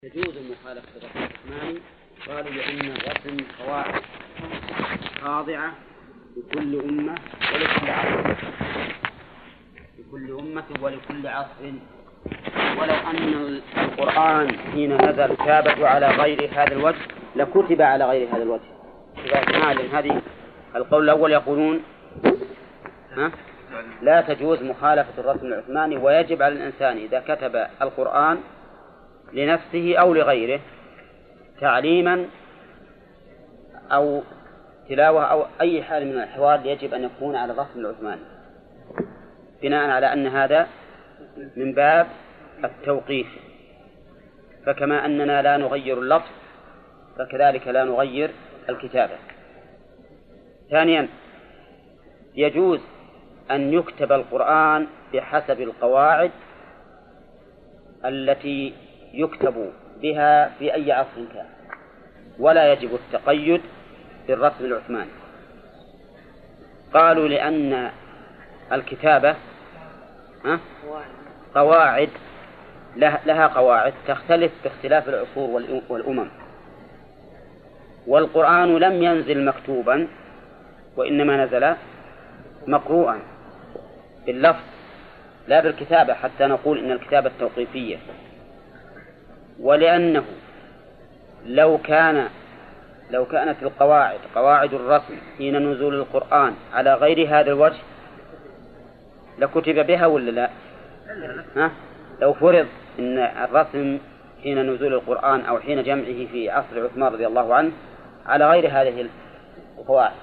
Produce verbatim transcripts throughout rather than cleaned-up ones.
يجوز المخالفة الرسم العثماني. قالوا لأن الرسم قواعد خاضعة لكل أمة ولكل عصر لكل أمة ولكل عصر. ولو أن القرآن حين نزل كتابته على غير هذا الوجه لكتب على غير هذا الوجه. إذا هذه القول الأول يقولون ها؟ لا تجوز مخالفة الرسم العثماني، ويجب على الإنسان إذا كتب القرآن لنفسه أو لغيره تعليما أو تلاوة أو أي حال من الأحوال يجب أن يكون على الرسم العثماني، بناء على أن هذا من باب التوقيف. فكما أننا لا نغير اللفظ فكذلك لا نغير الكتابة. ثانيا، يجوز أن يكتب القرآن بحسب القواعد التي يكتب بها في أي عصر كان، ولا يجب التقيد بالرسم العثماني. قالوا لأن الكتابة قواعد لها قواعد تختلف باختلاف العصور والأمم، والقرآن لم ينزل مكتوبا وإنما نزل مقروءا باللفظ لا بالكتابة حتى نقول إن الكتابة توقيفية. ولأنه لو كان لو كانت القواعد قواعد الرسم حين نزول القرآن على غير هذا الوجه لكتب بها ولا لا؟ ها؟ لو فرض إن الرسم حين نزول القرآن أو حين جمعه في عصر عثمان رضي الله عنه على غير هذه القواعد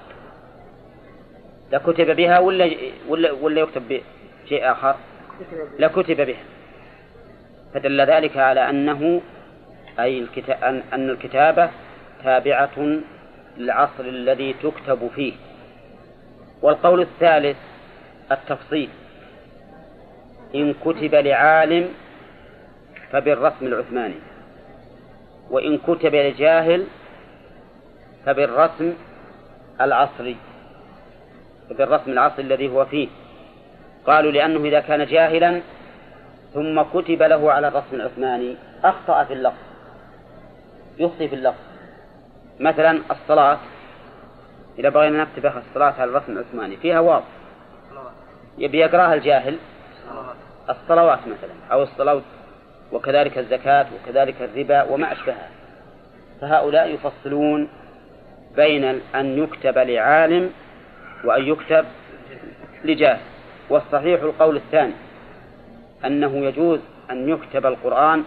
لكتب بها ولا ولا ولا يكتب بشيء آخر؟ لكتب بها. فدل ذلك على أنه أي أن الكتابة تابعة للعصر الذي تكتب فيه. والقول الثالث التفصيل، إن كتب لعالم فبالرسم العثماني، وإن كتب لجاهل فبالرسم العصري بالرسم العصري الذي هو فيه. قالوا لأنه إذا كان جاهلا ثم كتب له على الرسم العثماني أخطأ في اللفظ، يخطئ في اللفظ. مثلا الصلاة، إذا بغينا نكتب الصلاة على الرسم العثماني فيها واو يبي يقراها الجاهل الصلوات مثلا أو الصلاة، وكذلك الزكاة وكذلك الربا وما أشبهها. فهؤلاء يفصلون بين أن يكتب لعالم وأن يكتب لجاهل. والصحيح القول الثاني أنه يجوز أن يكتب القرآن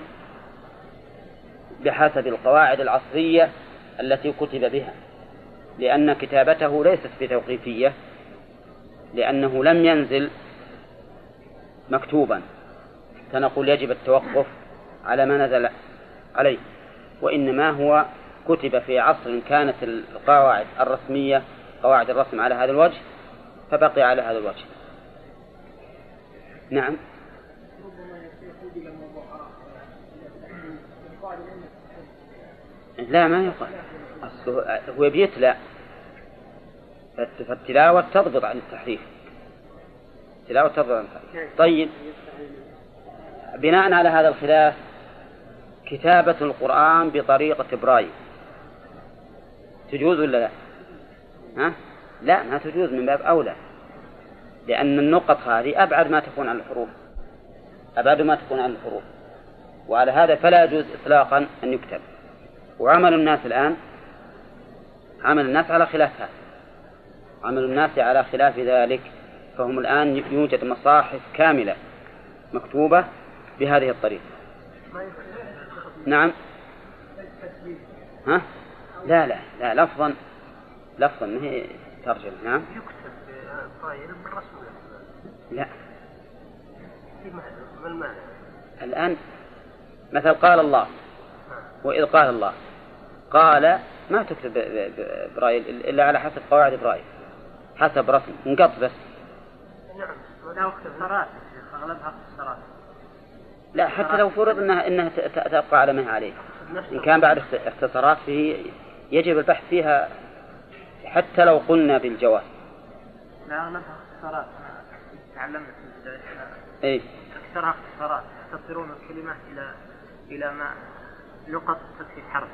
بحسب القواعد العصرية التي كتب بها، لأن كتابته ليست بتوقيفية، لأنه لم ينزل مكتوبا فنقول يجب التوقف على ما نزل عليه، وإنما هو كتب في عصر كانت القواعد الرسمية قواعد الرسم على هذا الوجه فبقي على هذا الوجه. نعم. لا ما يقال، هو بيتلى، فالتلاوة تضبط عن التحريف، التلاوة تضبط عن التحريف. طيب، بناء على هذا الخلاف كتابة القرآن بطريقة برايل تجوز ولا لا؟ ها؟ لا ما تجوز من باب أولى، لأن النقط هذه أبعد ما تكون عن الحروف أبعد ما تكون عن الحروف وعلى هذا فلا يجوز إطلاقا أن يكتب. وعمل الناس الآن عمل الناس على خلاف هذا، عمل الناس على خلاف ذلك، فهم الآن يوجد مصاحف كاملة مكتوبة بهذه الطريقة. نعم. ها؟ لا لا لا لفظا لفظا ما هي ترجمة. نعم. يكتب طاير بالرسم. لا. ما المعنى؟ الآن مثل قال الله، وإذ قال الله قال ما تكتب برايل إلا على حسب قواعد برايل حسب رسم انقط بس. نعم. ولا اختصارات أغلبها اختصارات. لا حتى لو فرض إنها إنها تبقى على ما هي عليه، إن كان بعد اختصارات فيه يجب البحث فيها حتى لو قلنا بالجواز. لا أغلبها اختصارات. تعلمت من بداية. إيه. أكثرها اختصارات، يختصرون الكلمات إلى إلى ما لغة تكفي حرف.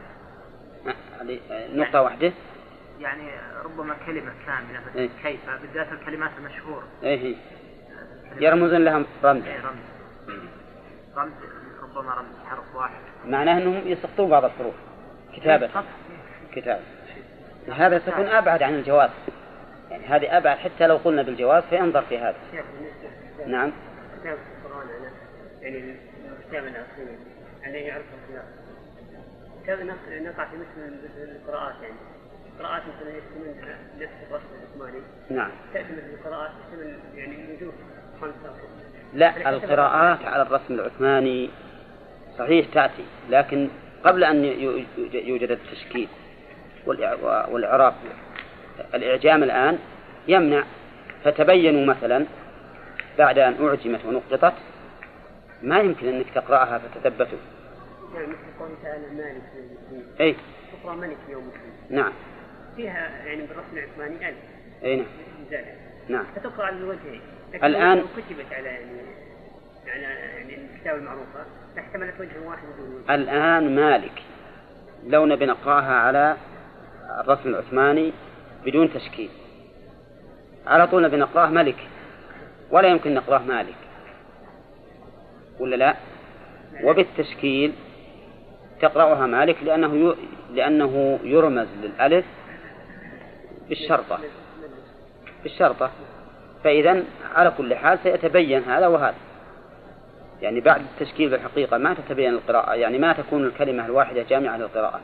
نقطة واحدة. يعني ربما كلمة كاملة مثل إيه؟ كيف بالذات الكلمات المشهورة. إيه يرمزون لها رمز. إيه رمز. رمز ربما رمز حرف واحد. معناه أنهم يسقطون بعض الحروف كتابة. كتابة. هذا تكون أبعد عن الجواز. يعني هذه أبعد حتى لو قلنا بالجواز فينظر في هذا. نعم. كتاب القرآن أنا يعني كتاب العقيدة عليه يعرف الخلاف. كتاب نقع في مثل القراءات يعني قراءات مثل يشتمل نفس الرسم العثماني. نعم. تأتي مثل القراءات تشتمل يعني وجوه خمسة. لا القراءات على الرسم العثماني صحيح تأتي لكن قبل أن يوجد التشكيل والإعراب الإعجام الآن يمنع فتبينوا مثلا بعد أن أعجمت ونقطت ما يمكن أنك تقرأها فتثبتوا. يعني مثل قوله تعالى مالك يوم الدين. أي. تقرأ ملك يوم الدين. نعم. فيها يعني بالرسم العثماني ألف. أي نعم. نعم. فتقرأ على الوجهين. الآن كتبت على يعني على يعني الكتاب المعروفة احتملت وجه واحد بدون. الآن مالك لو نبي نقرأها على الرسم العثماني بدون تشكيل على طول نبي نقرأه ملك ولا يمكن نقرأه مالك ولا لا؟ وبالتشكيل تقرأها مالك لأنه ي... لأنه يرمز للألف بالشرطة بالشرطة فإذا على كل حال سيتبين هذا وهذا. يعني بعد التشكيل بالحقيقة ما تتبين القراءة يعني ما تكون الكلمة الواحدة جامعة للقراءة.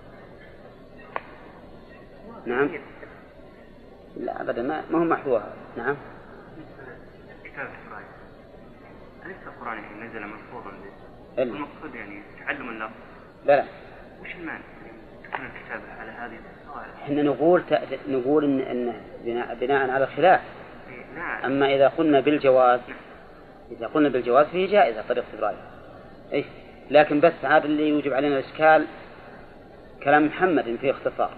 نعم. لا أبدا ما ما هو محذور. نعم. كتاب إسرائيل أليس القرآن يعني نزل ملفوظا به المقصود يعني تعلم اللفظ. لا لا. وش المعنى تكون الكتابة على هذه الصور؟ إحنا نقول ت... نقول إن إن بناء بناء على الخلاف. نعم. أما إذا قلنا بالجواز إذا قلنا بالجواز فيه جائزة طريقة إبراهيم. إيه لكن بس هذا اللي يوجب علينا الإشكال كلام محمد فيه اختصار.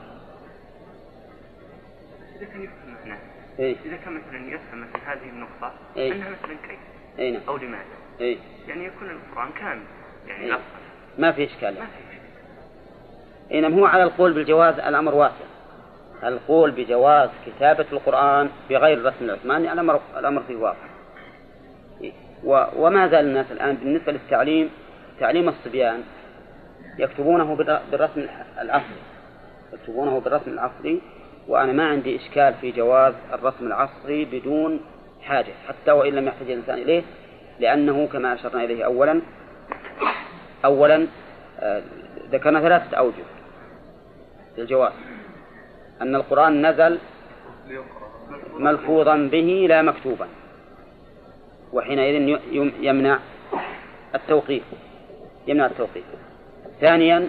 إذا كان يفهم معناه. إيه؟ إذا كان مثلا يفهم مثل هذه النقطة إيه؟ أنها مثلا كيف إيه نعم. أو لماذا إيه؟ يعني يكون القرآن كامل يعني إيه؟ لفظ ما في إشكال. ما في إشكال. إيه نعم. هو على القول بالجواز الأمر واسع. القول بجواز كتابة القرآن بغير الرسم العثماني الأمر الأمر فيه واضح. إيه؟ و... وما زال الناس الآن بالنسبة للتعليم تعليم الصبيان يكتبونه بالرسم العصري يكتبونه بالرسم العصري وأنا ما عندي إشكال في جواز الرسم العصري بدون حاجة حتى وإن لم يحتاج الإنسان إليه لأنه كما أشرنا إليه أولا أولا آه ذكرنا ثلاثة أوجه للجواز أن القرآن نزل ملفوظا به لا مكتوبا وحينئذ يمنع التوقيف يمنع التوقيف. ثانيا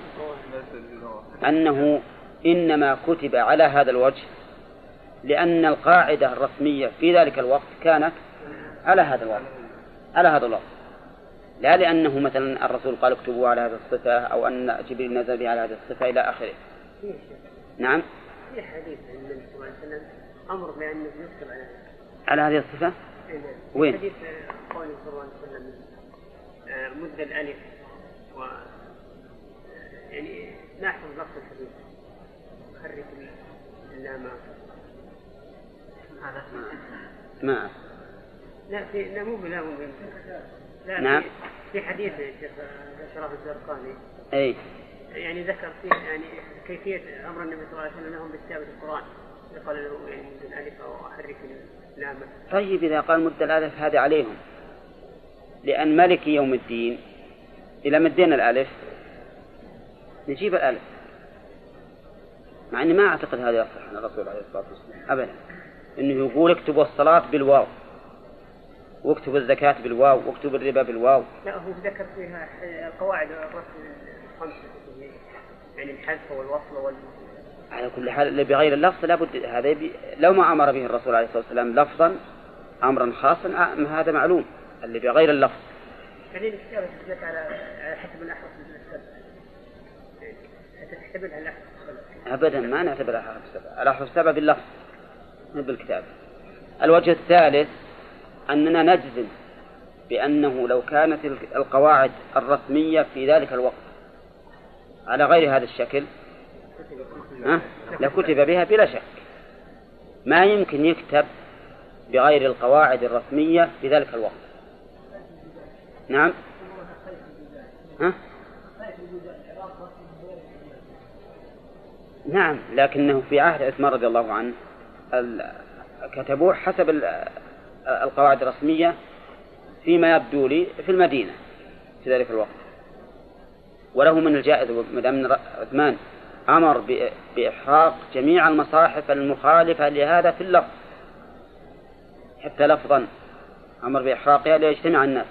أنه إنما كتب على هذا الوجه لأن القاعدة الرسمية في ذلك الوقت كانت على هذا الوقت على هذا الوقت لا لأنه مثلا الرسول قال اكتبوا على هذه الصفة أو أن جبريل نزل به على هذه الصفة إلى آخره. نعم. في حديث عن النبي صلى الله عليه وسلم أمر بأنه يكتب على على هذه الصفة. وين؟ حديث قوله صلى الله عليه وسلم مد الألف و يعني ما أحفظ لفظ الحديث حرك اللام هذا ما لا في لا مو بلا مو لا نعم. في حديث الشيخ شرف الزرقاني أي يعني ذكر فيه يعني كيفية أمر النبي صلى الله عليه وسلم لهم بكتابة القرآن قال له يعني مد الألف أو أحرك اللام. طيب إذا قال مد الألف هذا عليهم لأن ملك يوم الدين إذا مدينا الألف نجيب الألف مع أني ما أعتقد هذا يصح عن الرسول عليه الصلاة والسلام أبدا إنه يقول اكتبوا الصلاة بالواو واكتبوا الزكاة بالواو واكتبوا الربا بالواو. لا هو ذكر فيها قواعد الرسم الخمسة يعني الحذف والوصل وال على كل حال اللي بغير اللفظ لابد هذا بي... لو ما أمر به الرسول عليه الصلاة والسلام لفظا أمرا خاصا هذا معلوم اللي بغير اللفظ. يعني الكتابة تثبت على حسب الأحرف السبع تحتملها الأحرف أبدا ما نعتبر الأحرف السبع الأحرف السبع باللفظ بالكتابة. الوجه الثالث أننا نجزم بأنه لو كانت القواعد الرسمية في ذلك الوقت على غير هذا الشكل أه؟ لكتب بها بلا شك. ما يمكن يكتب بغير القواعد الرسمية في ذلك الوقت. نعم. ها؟ نعم، لكنه في عهد عثمان رضي الله عنه كتبوه حسب القواعد الرسمية فيما يبدو لي في المدينة في ذلك الوقت. وله من الجائز مدام عثمان أمر بإحراق جميع المصاحف المخالفة لهذا في اللفظ حتى لفظا، أمر بإحراقها ليجتمع الناس.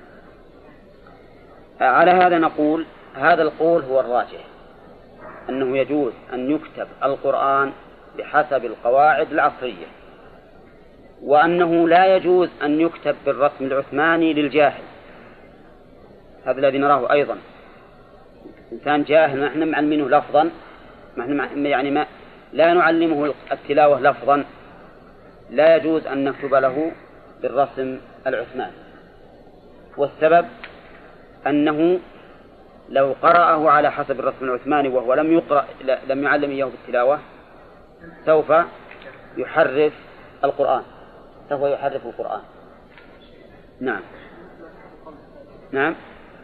على هذا نقول هذا القول هو الراجح، أنه يجوز أن يكتب القرآن بحسب القواعد العصرية، وأنه لا يجوز أن يكتب بالرسم العثماني للجاهل. هذا الذي نراه أيضا، إنسان جاهل ما احنا معلمينه لفظا، ما احنا يعني ما لا نعلمه التلاوة لفظا، لا يجوز أن نكتب له بالرسم العثماني. والسبب أنه لو قرأه على حسب الرسم العثماني وهو لم يقرأ لم يعلم إياه بالتلاوة سوف يحرف القرآن، سوف يحرف القرآن. نعم نعم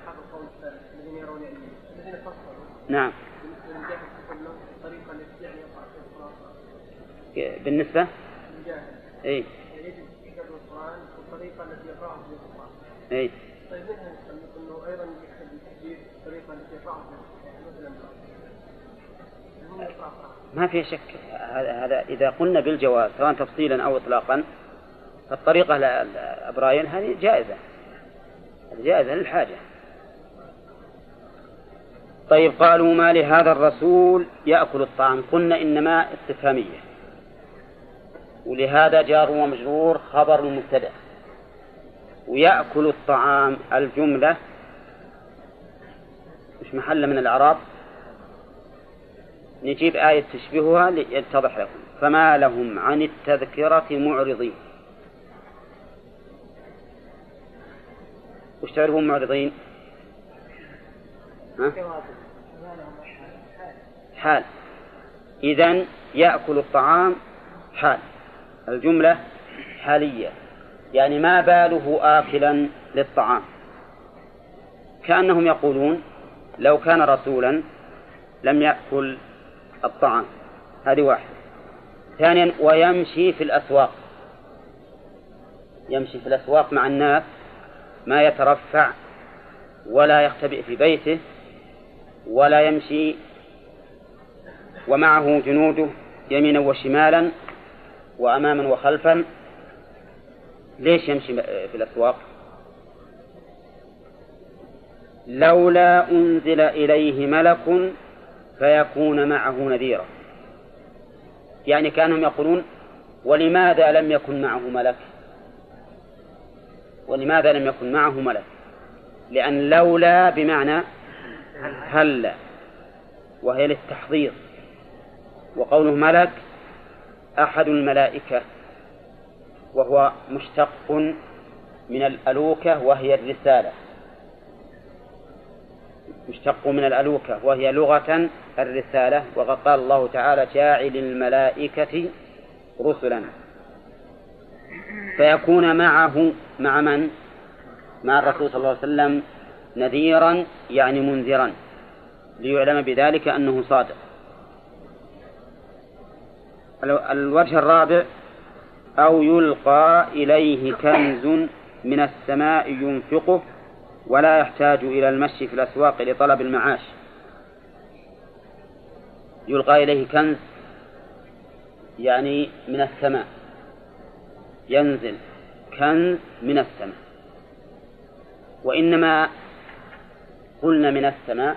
نعم. بالنسبة إيه إيه ما في شك. هذا إذا قلنا بالجواز سواء تفصيلا أو إطلاقا فالطريقة لأبراين هذه جائزة، جائزة للحاجة. طيب قالوا ما لهذا الرسول يأكل الطعام، قلنا إنما استفهامية، ولهذا جار ومجرور خبر المبتدأ، ويأكل الطعام الجملة مش محل من الإعراب، نجيب آية تشبهها ليتضح لكم. فما لهم عن التذكرة معرضين. وش تعرفون معرضين؟ ها؟ حال. إذن يأكل الطعام حال، الجملة حالية، يعني ما باله آكلا للطعام. كأنهم يقولون لو كان رسولا لم يأكل الطعام. هذه واحدة. ثانيا ويمشي في الأسواق، يمشي في الأسواق مع الناس ما يترفع ولا يختبئ في بيته ولا يمشي ومعه جنوده يمينا وشمالا وأماما وخلفا. ليش يمشي في الأسواق؟ لولا أنزل إليه ملك فيكون معه نذيرا. يعني كانهم يقولون ولماذا لم يكن معه ملك؟ ولماذا لم يكن معه ملك؟ لأن لولا بمعنى هلا، وهي للتحضير. وقوله ملك أحد الملائكة، وهو مشتق من الألوكة وهي الرسالة، مشتق من الألوكة وهي لغة الرسالة. وقد قال الله تعالى جاعل الملائكة رسلا. فيكون معه مع من؟ مع الرسول صلى الله عليه وسلم نذيرا يعني منذرا، ليعلم بذلك أنه صادق. الوجه الرابع أو يلقى إليه كنز من السماء ينفقه ولا يحتاج إلى المشي في الأسواق لطلب المعاش. يلقى إليه كنز يعني من السماء، ينزل كنز من السماء. وإنما قلنا من السماء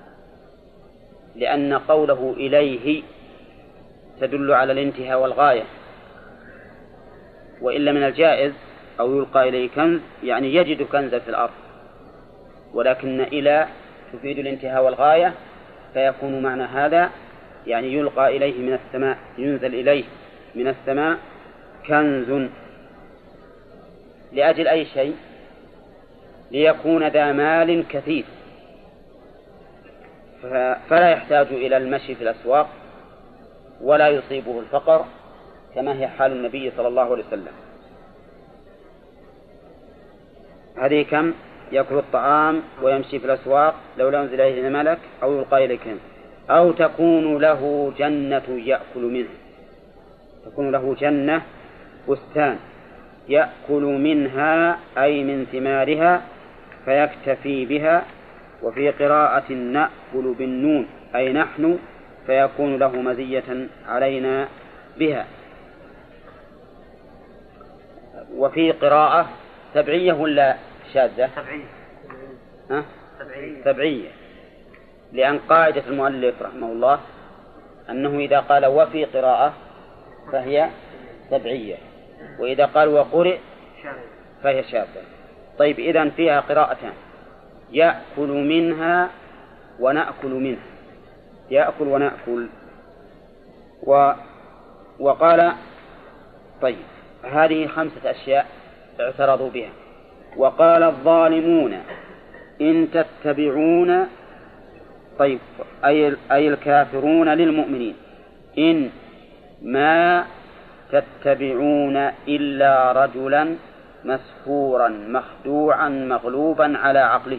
لأن قوله إليه تدل على الانتهاء والغاية، وإلا من الجائز أو يلقى إليه كنز يعني يجد كنزا في الأرض، ولكن إلى تفيد الانتهاء والغاية، فيكون معنى هذا يعني يلقى إليه من السماء، ينزل إليه من السماء كنز. لأجل أي شيء؟ ليكون ذا مال كثير. فلا يحتاج إلى المشي في الأسواق ولا يصيبه الفقر كما هي حال النبي صلى الله عليه وسلم. هذه كم؟ يأكل الطعام ويمشي في الأسواق لو لا ينزل إليه ملك أو يلقى إليه كنز، أو تكون له جنة يأكل منها. تكون له جنة بستان يأكل منها أي من ثمارها فيكتفي بها. وفي قراءة نأكل بالنون أي نحن، فيكون له مزية علينا بها. وفي قراءة سبعية ولا شاذة؟ سبعية. ها؟ سبعية. سبعية، لأن قاعدة المؤلف رحمه الله أنه إذا قال وفي قراءة فهي سبعية، وإذا قال وقرئ فهي شاذة. طيب إذن فيها قراءتان، يأكل منها ونأكل منها، يأكل ونأكل. و وقال طيب هذه خمسة أشياء اعترضوا بها. وقال الظالمون إن تتبعون، طيب أي, أي الكافرون للمؤمنين، إن ما تتبعون إلا رجلا مسحورا مخدوعا مغلوبا على عقله.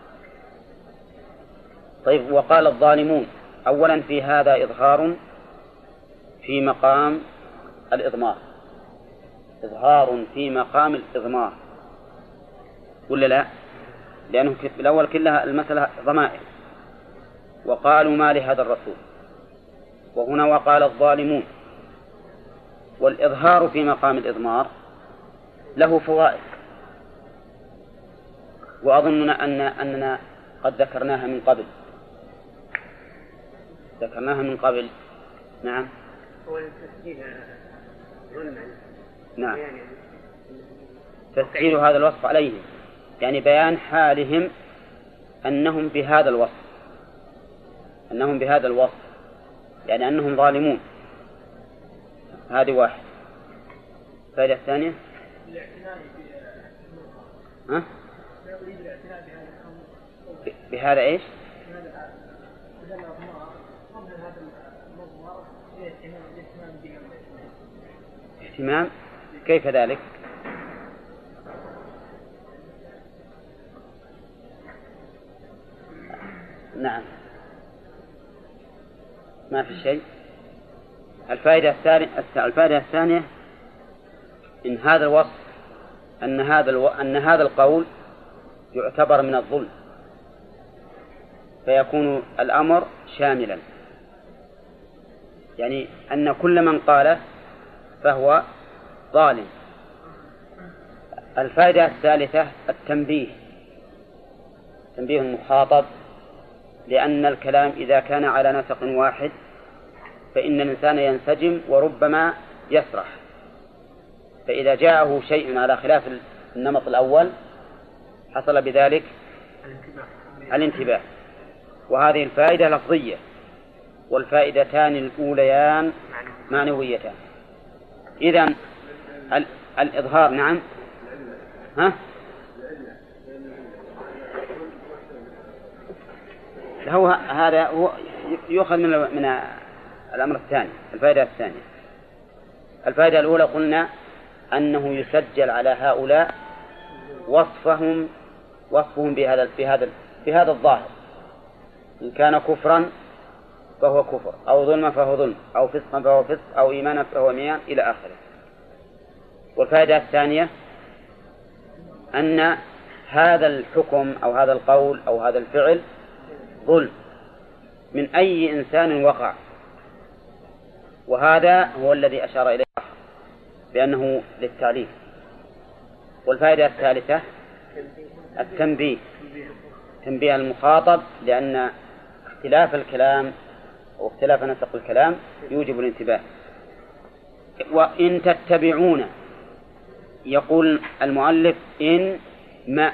طيب وقال الظالمون، أولا في هذا إظهار في مقام الإضمار، إظهار في مقام الإضمار ولا لا؟ لأنه الأول كلها المسألة ضمائر. وقالوا ما لهذا الرسول، وهنا وقال الظالمون. والإظهار في مقام الإضمار له فوائد، وأظننا أن أننا قد ذكرناها من قبل ذكرناها من قبل نعم. هو التسجيل ظلم. نعم، تسجيل هذا الوصف عليهم، يعني بيان حالهم أنهم بهذا الوصف أنهم بهذا الوصف يعني أنهم ظالمون. هذه واحد. الفائدة الثانية ها؟ بهذا إيش؟ اهتمام. كيف ذلك؟ نعم ما في شيء. الفائدة الثانية الفائدة الثانية إن هذا الوصف أن هذا الو... أن هذا القول يعتبر من الظلم، فيكون الأمر شاملا، يعني أن كل من قاله فهو ظالم. الفائدة الثالثة التنبيه، تنبيه المخاطب، لأن الكلام إذا كان على نسق واحد فإن الإنسان ينسجم وربما يسرح، فإذا جاءه شيء على خلاف النمط الأول حصل بذلك الانتباه. وهذه الفائدة لفظية، والفائدتان الأوليان معنويتان. إذن الإظهار نعم ها؟ هو هذا هو يؤخذ من من الأمر الثاني. الفائدة الثانية الفائدة الأولى قلنا أنه يسجل على هؤلاء وصفهم وصفهم بهذا بهذا بهذا الظاهر، إن كان كفرا فهو كفر، أو ظلما فهو ظلم، أو فسقا فهو فسق، أو إيمانا فهو إيمان إلى آخره. والفائدة الثانية أن هذا الحكم أو هذا القول أو هذا الفعل ظلم من أي إنسان وقع، وهذا هو الذي أشار إليه بأنه للتعليل. والفائدة الثالثة التنبيه، تنبيه المخاطب، لأن اختلاف الكلام أو اختلاف نسق الكلام يوجب الانتباه. وإن تتبعون، يقول المؤلف إن ما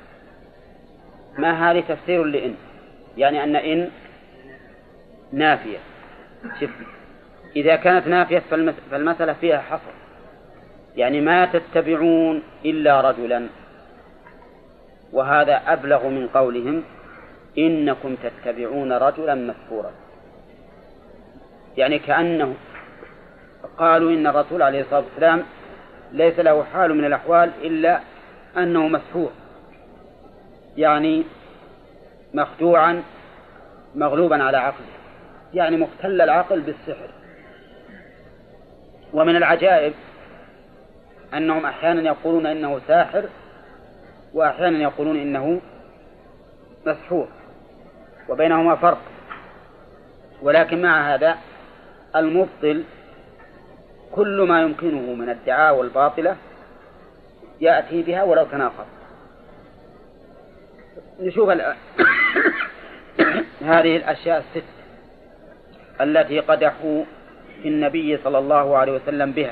ما هذه تفسير لإن، يعني أن إن نافية. شف إذا كانت نافية فالمسألة فيها حصر، يعني ما تتبعون إلا رجلا، وهذا أبلغ من قولهم إنكم تتبعون رجلا مسحورا، يعني كأنه قالوا إن الرسول عليه الصلاة والسلام ليس له حال من الأحوال إلا أنه مسحور، يعني مخدوعا مغلوبا على عقله، يعني مختل العقل بالسحر. ومن العجائب أنهم أحيانا يقولون إنه ساحر وأحيانا يقولون إنه مسحور، وبينهما فرق. ولكن مع هذا المبطل كل ما يمكنه من الدعاوى الباطلة يأتي بها ولو تناقض. نشوف هذه الأشياء الست التي قدحوا في النبي صلى الله عليه وسلم بها.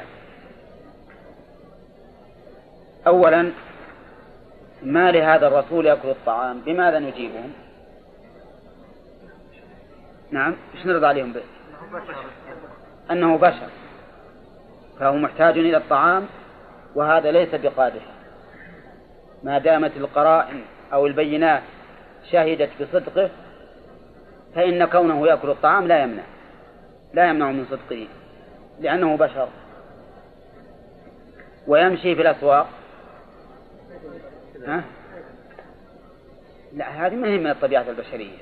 أولا، ما لهذا الرسول يأكل الطعام؟ بماذا نجيبهم؟ نعم، إيش نرد عليهم به؟ أنه بشر، فهو محتاج إلى الطعام، وهذا ليس بقادح ما دامت القرائن أو البينات شهدت بصدقه، فإن كونه يأكل الطعام لا يمنع لا يمنع من صدقه، لأنه بشر. ويمشي في الأسواق، ها؟ لا، هذه ما هي من الطبيعة البشرية.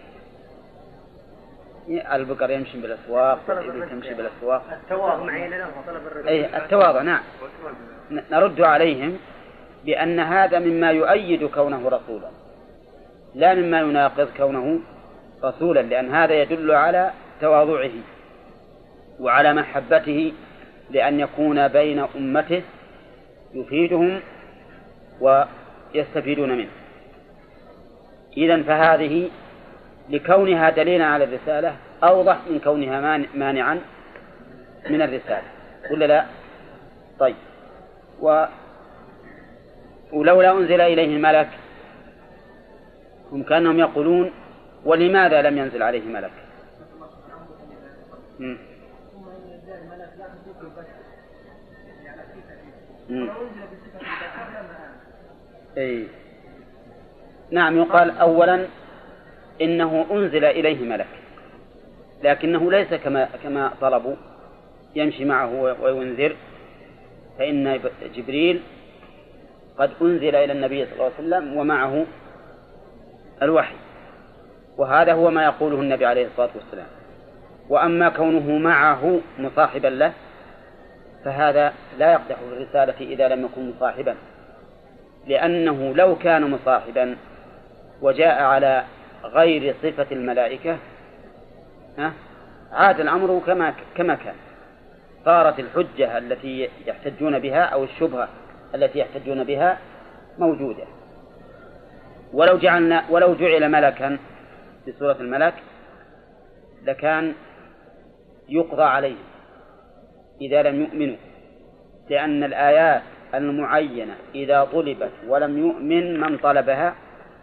البقر يمشي بالأسواق، الإبل تمشي بالأسواق. التواضع معينة طلب الرزق. أي التواضع، نعم. نرد عليهم بأن هذا مما يؤيد كونه رسولا، لا مما يناقض كونه رسولا، لأن هذا يدل على تواضعه وعلى محبته لأن يكون بين أمته يفيدهم ويستفيدون منه. إذن فهذه لكونها دليلا على الرسالة أوضح من كونها مانعا من الرسالة، ولا لا؟ طيب، و... ولولا أنزل إليه الملك، هم كانهم يقولون ولماذا لم ينزل عليه ملك؟ م. م. أي. نعم، يقال أولا إنه أنزل إليه ملك، لكنه ليس كما كما طلبوا يمشي معه وينذر، فإن جبريل قد أنزل إلى النبي صلى الله عليه وسلم ومعه الوحي، وهذا هو ما يقوله النبي عليه الصلاة والسلام. وأما كونه معه مصاحبا له فهذا لا يقدح في الرسالة إذا لم يكن مصاحبا، لأنه لو كان مصاحبا وجاء على غير صفة الملائكة عاد الأمر كما كما كان، صارت الحجة التي يحتجون بها أو الشبهة التي يحتجون بها موجودة. ولو جعلنا ولو جعل ملكا بصورة الملك لكان يقضى عليه إذا لم يؤمنوا، لأن الآيات المعينة إذا طلبت ولم يؤمن من طلبها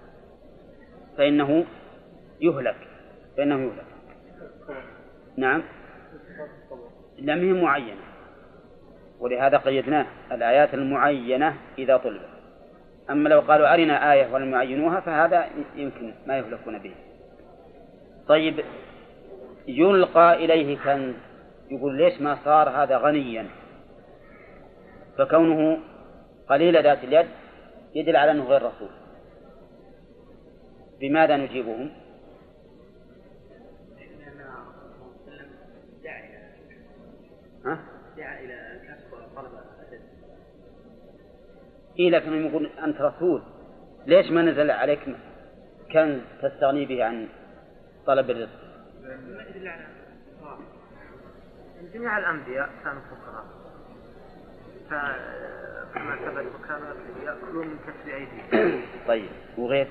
فإنه يهلك فإنه يهلك. نعم، لم هي معينة، ولهذا قيدناه الآيات المعينة إذا طلبت. أما لو قالوا أرنا آية ولم يعينوها فهذا يمكن ما يهلكون به. طيب، يلقى إليه كنز، يقول ليش ما صار هذا غنيا؟ فكونه قليل ذات اليد يدل على أنه غير رسول. بماذا نجيبهم؟ ها؟ دعا إلى الكسب وطلب الأسد. إيه، لكن يقول أنت رسول، ليش ما نزل عليك كنز تستغني به عن طلب الرزق؟ جميع الأنبياء كانوا فقراء، فكما ثبت كانوا يأكلون من كسب أيديهم. طيب، وغير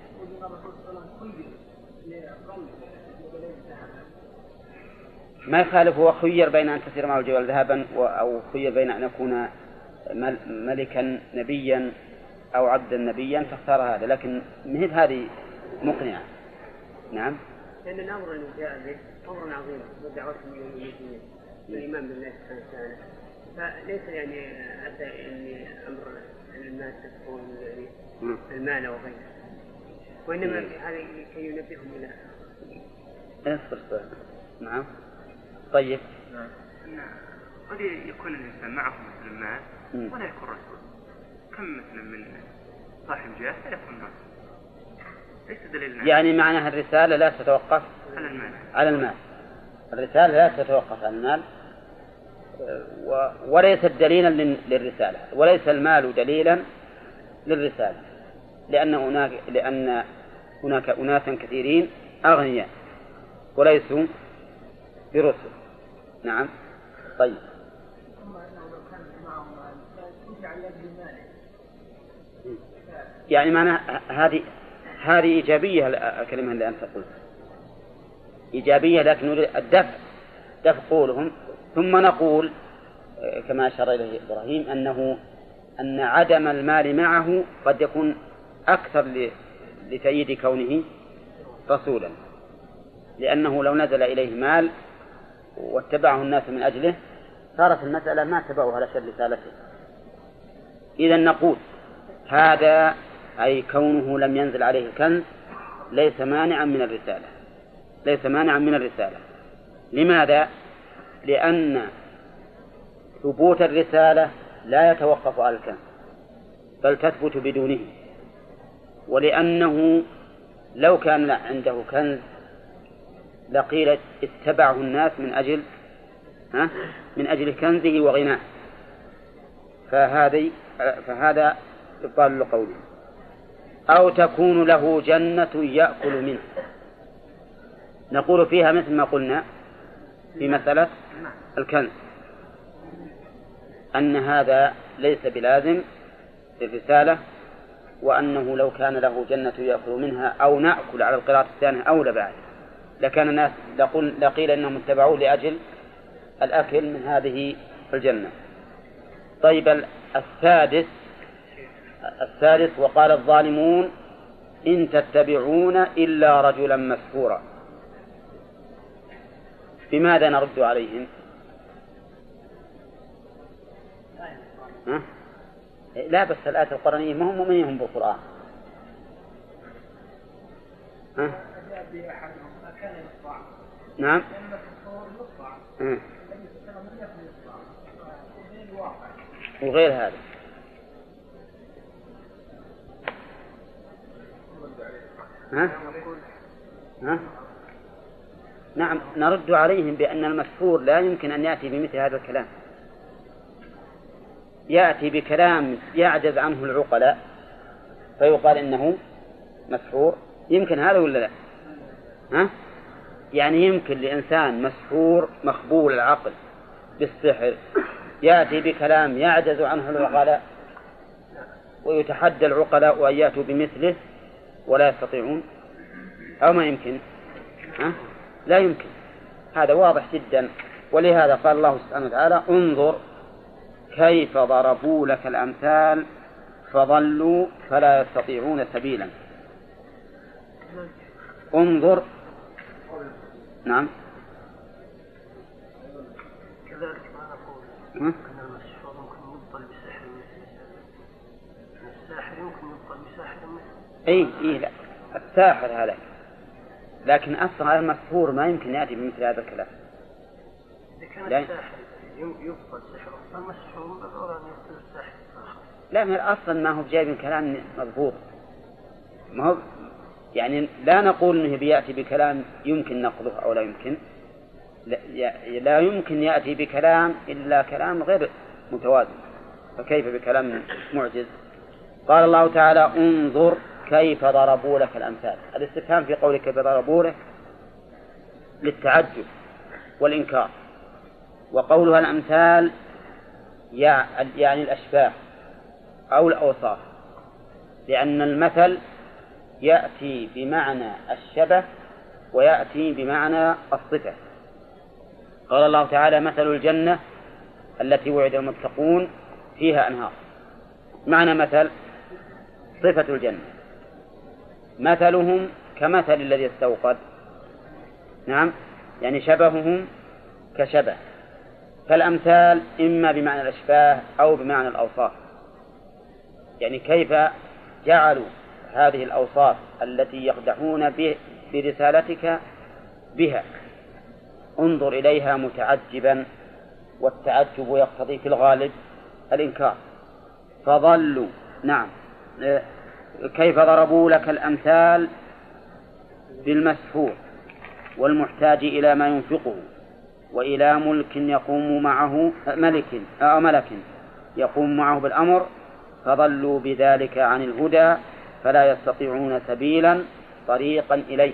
ما يخالف، هو خير بين أن تسير معه الجبال ذهبا أو خير بين أن يكون ملكا نبيا أو عبدا نبيا فاختار هذا، لكن مهد هذه مقنعة. نعم، لأن الأمر الذي جاء به أمر عظيم ودعوتهم إلى المسلمين والإيمان بالله سبحانه وتعالى، فليس يعني أتى إني أمر الناس تكون يعني المال وغيره، وإنما هذا كي ينبههم إلى اصبر. نعم. طيب. نعم. قد يكون الإنسان معه مثل المال ولا يكون رسول. كم مثلا من صاحب جاه لا يكون رسول. ليس دليل. يعني معناها الرسالة لا تتوقف على المال. على المال. الرسالة لا تتوقف على المال وليست دليلا للرسالة، وليس المال دليلا للرسالة، لأن هناك لأن هناك أناسا كثيرين أغنياء وليسوا برسل. نعم. طيب. يعني معنى هذه هذه إيجابية الكلمة اللي أنت قلت إيجابية، لكن نريد الدفع دفع قولهم. ثم نقول كما أشار إليه إبراهيم أنه أن عدم المال معه قد يكون أكثر لتأييد كونه رسولا، لأنه لو نزل إليه مال واتبعه الناس من أجله صارت المسألة ما اتبعوا على شر رسالته. إذن نقول هذا أي كونه لم ينزل عليه الكنز ليس مانعا من الرسالة، ليس مانعا من الرسالة. لماذا؟ لأن ثبوت الرسالة لا يتوقف على الكنز بل تثبت بدونه، ولأنه لو كان عنده كنز لقيل اتبعه الناس من أجل ها من أجل كنزه وغناه، فهذه فهذا يقال لقوله. أو تكون له جنة يأكل منه، نقول فيها مثل ما قلنا في مسألة الكنز أن هذا ليس بلازم للرسالة، وأنه لو كان له جنة يأكل منها أو نأكل على القراءة الثانية أو لبعد لكان الناس لقيل إنهم اتبعوه لأجل الأكل من هذه الجنة. طيب السادس السادس وقال الظالمون إن تتبعون إلا رجلا مسحورا. بماذا نرد عليهم؟ ها؟ لا بس الآية القرآنية ما هم مؤمنين بالقرآن. ها؟ نعم. وغير هذا ها؟ ها؟ نعم نرد عليهم بأن المسحور لا يمكن أن يأتي بمثل هذا الكلام، يأتي بكلام يعجز عنه العقلاء فيقال إنه مسحور. يمكن هذا ولا لا؟ ها؟ يعني يمكن لإنسان مسحور مخبول العقل بالسحر يأتي بكلام يعجز عنه العقلاء ويتحدى العقلاء أن يأتوا بمثله ولا يستطيعون؟ أو ما يمكن؟ ها؟ لا يمكن. هذا واضح جدا. ولهذا قال الله سبحانه وتعالى انظر كيف ضربوا لك الأمثال فضلوا فلا يستطيعون سبيلا. انظر. نعم. كذلك ما نقول أن المسحور يمكن يبطل بسحر الساحر يمكن يبطل بساحر أي إيه لا الساحر هذا، لكن أصلا المسحور ما يمكن يأتي بمثل هذا الكلام. إذا كان الساحر يبطل سحره فالمسحور مضرور أن يبطل الساحر. لا من أصلا ما هو جايب كلام مضبوط، ما هو يعني لا نقول إنه بيأتي بكلام يمكن نقضه أو لا يمكن، لا, لا يمكن يأتي بكلام إلا كلام غير متوازن، فكيف بكلام معجز؟ قال الله تعالى انظر كيف ضربوا لك الأمثال. الاستفهام في قولك كيف ضربوا لك للتعجب والإنكار، وقولها الأمثال يعني الأشباه أو الأوصاف، لأن المثل يأتي بمعنى الشبه ويأتي بمعنى الصفة. قال الله تعالى مثل الجنة التي وعد المتقون فيها أنهار. معنى مثل صفة الجنة، مثلهم كمثل الذي استوقد. نعم يعني شبههم كشبه. فالأمثال إما بمعنى الأشباه أو بمعنى الأوصاف، يعني كيف جعلوا هذه الأوصاف التي يقدحون برسالتك بها انظر إليها متعجبا، والتعجب يقتضي في الغالب الإنكار. فضلوا نعم كيف ضربوا لك الأمثال بالمسحور والمحتاج إلى ما ينفقه وإلى ملك يقوم معه ملك أو ملك يقوم معه بالأمر، فضلوا بذلك عن الهدى فلا يستطيعون سبيلا طريقا إليه.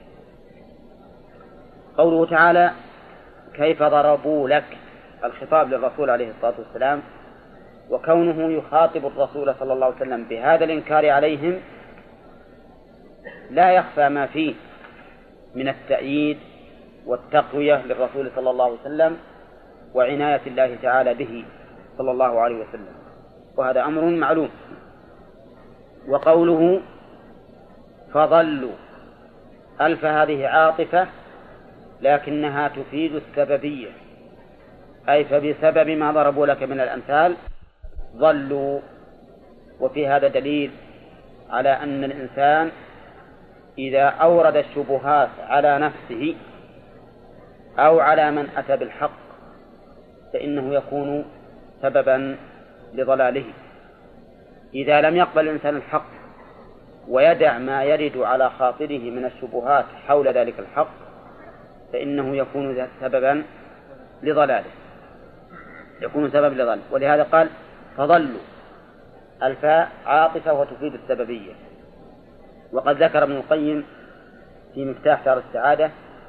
قوله تعالى كيف ضربوا لك، الخطاب للرسول عليه الصلاة والسلام، وكونه يخاطب الرسول صلى الله عليه وسلم بهذا الإنكار عليهم لا يخفى ما فيه من التأييد والتقوية للرسول صلى الله عليه وسلم وعناية الله تعالى به صلى الله عليه وسلم، وهذا أمر معلوم. وقوله فضلوا، ألف هذه عاطفة لكنها تفيد السببية، أي فبسبب ما ضربوا لك من الأمثال ضلوا. وفي هذا دليل على أن الإنسان إذا أورد الشبهات على نفسه أو على من أتى بالحق فإنه يكون سببا لضلاله. إذا لم يقبل الإنسان الحق ويدع ما يرد على خاطره من الشبهات حول ذلك الحق فإنه يكون سببا لضلاله، يكون سبب لضلاله. ولهذا قال فضلوا، الفاء عاطفة وتفيد السببية. وقد ذكر ابن القيم في مفتاح دار السعادة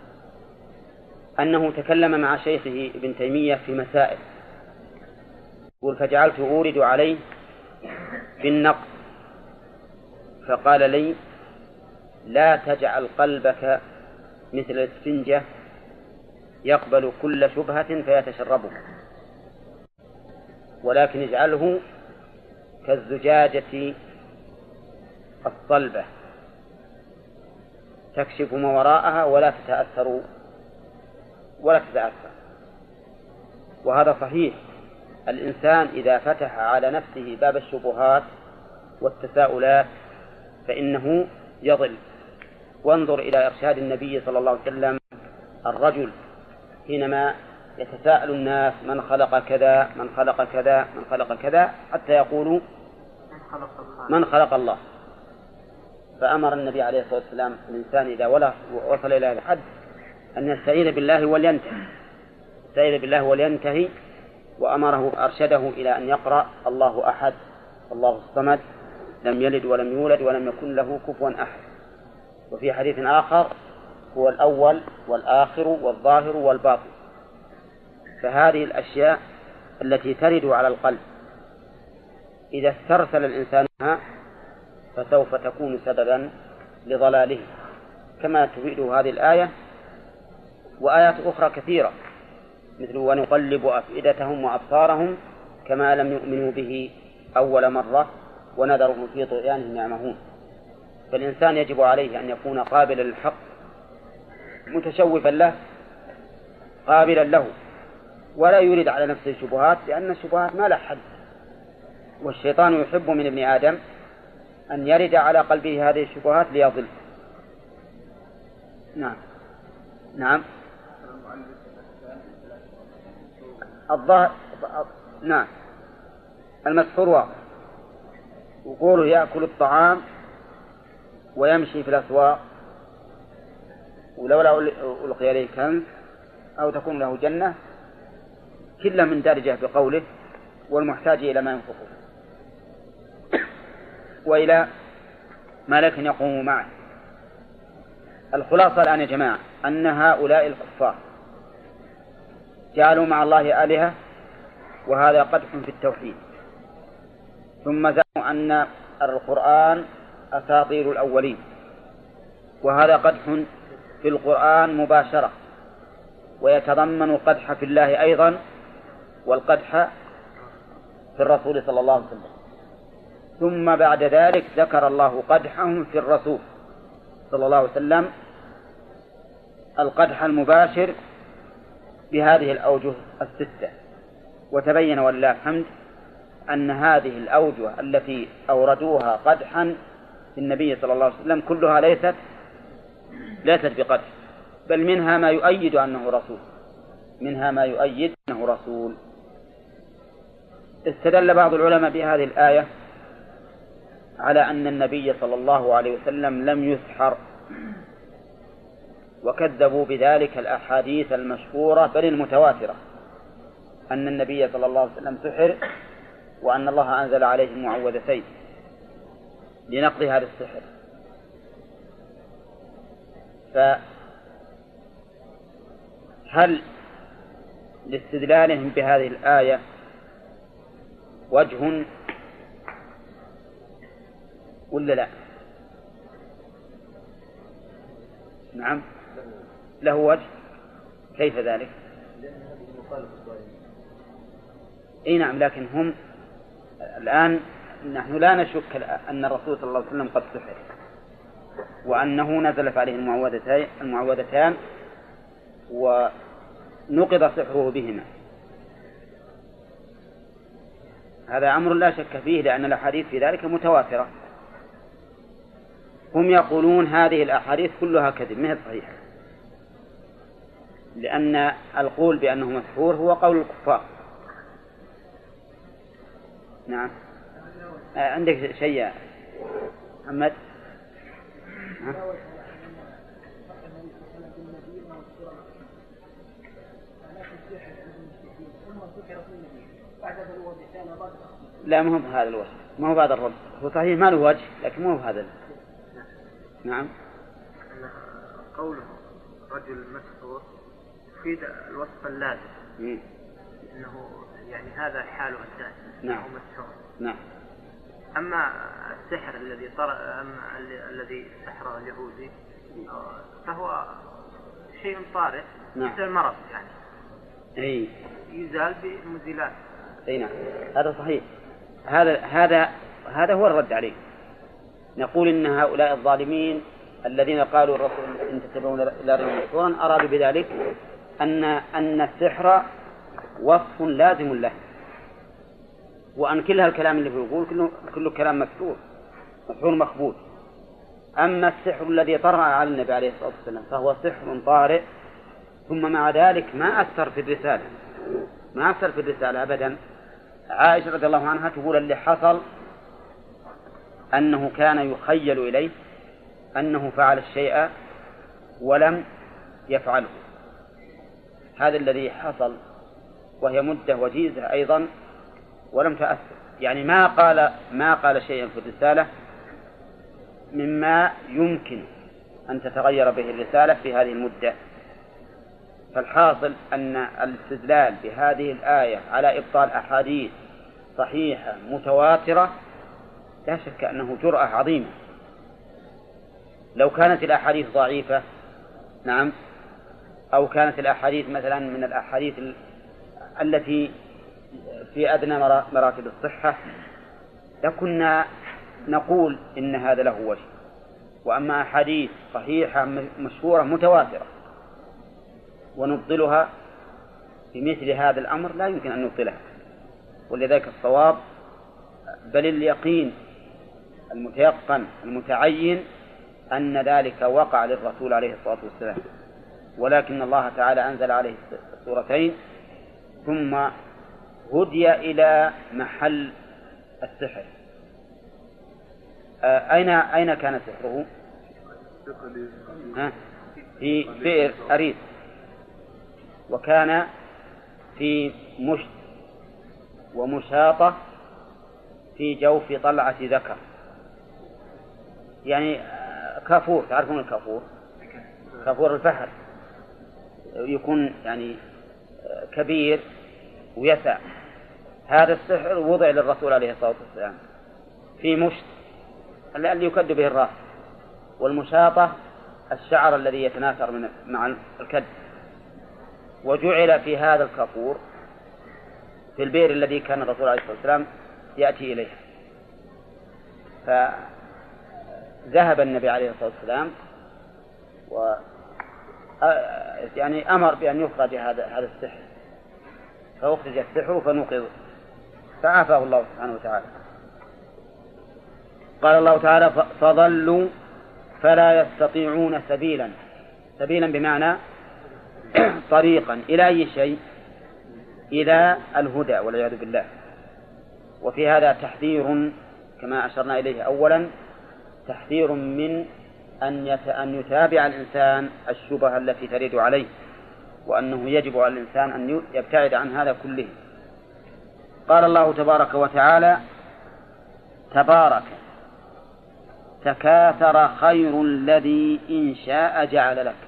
أنه تكلم مع شيخه ابن تيمية في مسائل، يقول فجعلت أورد عليه بالنقد فقال لي لا تجعل قلبك مثل السفنجة يقبل كل شبهة فيتشربه، ولكن اجعله كالزجاجة الصلبة تكشف ما وراءها ولا تتأثر ولا تتأثر. وهذا صحيح، الإنسان إذا فتح على نفسه باب الشبهات والتساؤلات فإنه يضل. وانظر إلى إرشاد النبي صلى الله عليه وسلم الرجل حينما يتساءل الناس من خلق كذا من خلق كذا من خلق كذا حتى يقولوا من خلق الله، فأمر النبي عليه الصلاة والسلام الإنسان إذا وصل إلى هذا الحد أن يستعيذ بالله ولينتهي، يستعيذ بالله ولينتهي، وأمره أرشده إلى أن يقرأ الله أحد الله الصمد لم يلد ولم يولد ولم يكن له كفوا أحد. وفي حديث آخر هو الأول والآخر والظاهر والباطن. فهذه الأشياء التي ترد على القلب إذا استرسل الإنسان فسوف تكون سببا لضلاله، كما تفيد هذه الآية وآيات أخرى كثيرة مثل ونقلب أفئدتهم وأبصارهم كما لم يؤمنوا به أول مرة ونذرهم في طغيانهم يعمهون. فالإنسان يجب عليه أن يكون قابلا للحق متشوفا له قابلا له، ولا يريد على نفسه الشبهات، لأن الشبهات ما لها حد، والشيطان يحب من ابن آدم أن يرد على قلبه هذه الشبهات ليضل. نعم نعم الظاهر نعم المسحور واضح، وقوله يأكل الطعام ويمشي في الأسواق ولولا ألقي عليه كنز أو تكون له جنة كل من درجة بقوله والمحتاج إلى ما ينفقه وإلى ملك يقوم معه. الخلاصة الآن يا جماعة أن هؤلاء الكفار جعلوا مع الله آلهة، وهذا قدح في التوحيد. ثم زعموا أن القرآن أساطير الأولين، وهذا قدح في القرآن مباشرة، ويتضمن القدح في الله أيضا والقدح في الرسول صلى الله عليه وسلم. ثم بعد ذلك ذكر الله قدحهم في الرسول صلى الله عليه وسلم القدح المباشر بهذه الأوجه الستة. وتبين ولله الحمد أن هذه الأوجه التي أوردوها قدحا في النبي صلى الله عليه وسلم كلها ليست ليست بقدح، بل منها ما يؤيد أنه رسول، منها ما يؤيد أنه رسول. استدل بعض العلماء بهذه الآية على أن النبي صلى الله عليه وسلم لم يسحر، وكذبوا بذلك الأحاديث المشهورة بل المتواترة أن النبي صلى الله عليه وسلم سحر، وأن الله أنزل عليه المعوذتين لنقض هذا السحر. فهل لاستدلالهم بهذه الآية وجه ولا لا؟ نعم له وجه. كيف ذلك؟ اي نعم، لكن هم الآن نحن لا نشك أن الرسول صلى الله عليه وسلم قد سحر، وأنه نزلت عليه المعوذتان المعوذتان ونقض سحره بهما. هذا أمر لا شك فيه، لأن الأحاديث في ذلك متواترة. هم يقولون هذه الأحاديث كلها كذب، ما هي صحيحة، لأن القول بأنه مسحور هو قول الكفار. نعم. آه عندك شيء يا محمد؟ لا، ما هو بهذا الوجه، ما هو بهذا الرد، هو صحيح ما له وجه لكن ما هو بهذا. نعم. قوله رجل مسحور يفيد الوصف اللازم، مم. انه يعني هذا حاله الدائم. نعم. هو مسحور. نعم. اما السحر الذي طر... أما الذي سحره اليهودي فهو شيء طارئ. نعم. مثل المرض يعني. اي يزال بمزيلات. اي نعم، هذا صحيح. هذا هذا هذا هو الرد عليه. نقول إن هؤلاء الظالمين الذين قالوا الرسول إن تتبعون إلى رجل مسحورا أرادوا بذلك أن أن السحر وصف لازم له، وأن كل هالكلام اللي يقول كله كله كلام مسحور مسحور مخبوط. أما السحر الذي طرأ على النبي عليه الصلاة والسلام فهو سحر طارئ، ثم مع ذلك ما أثر في الرسالة، ما أثر في الرسالة أبدا. عائشة رضي الله عنها تقول اللي حصل أنه كان يخيل إليه أنه فعل الشيء ولم يفعله، هذا الذي حصل، وهي مدة وجيزة أيضا ولم تأثر، يعني ما قال ما قال شيئا في الرسالة مما يمكن أن تتغير به الرسالة في هذه المدة. فالحاصل أن الاستدلال بهذه الآية على إبطال أحاديث صحيحة متواترة لا شك أنه جرأة عظيمة. لو كانت الأحاديث ضعيفة نعم، أو كانت الأحاديث مثلا من الأحاديث التي في أدنى مراتب الصحة لكنا نقول إن هذا له وجه. وأما أحاديث صحيحة مشهورة متواترة ونبطلها بمثل هذا الأمر لا يمكن أن نبطلها. ولذلك الصواب بل اليقين المتيقن المتعين أن ذلك وقع للرسول عليه الصلاة والسلام، ولكن الله تعالى أنزل عليه السورتين ثم هدي إلى محل السحر. أين أين كان سحره؟ في بئر أريس، وكان في مشت ومشاطة في جوف طلعة ذكر، يعني كافور، تعرفون الكافور؟ كافور الفحل يكون يعني كبير ويسع. هذا السحر وضع للرسول عليه الصلاة والسلام في مشت اللي يكد به الرأس، والمشاطة الشعر الذي يتناثر من مع الكد، وجعل في هذا الكافور في البئر الذي كان الرسول عليه الصلاة والسلام يأتي إليه. فذهب النبي عليه الصلاة والسلام و يعني أمر بأن يخرج هذا هذا السحر، فأخرج السحر فنقض، فعافاه الله سبحانه وتعالى. قال الله تعالى فضلوا فلا يستطيعون سبيلا. سبيلا بمعنى طريقا إلى أي شيء؟ إلى الهدى والعياذ بالله. وفي هذا تحذير كما أشرنا إليه أولا، تحذير من أن يتابع الإنسان الشبهة التي ترد عليه، وأنه يجب على الإنسان أن يبتعد عن هذا كله. قال الله تبارك وتعالى تبارك تكاثر خير الذي إن شاء جعل لك.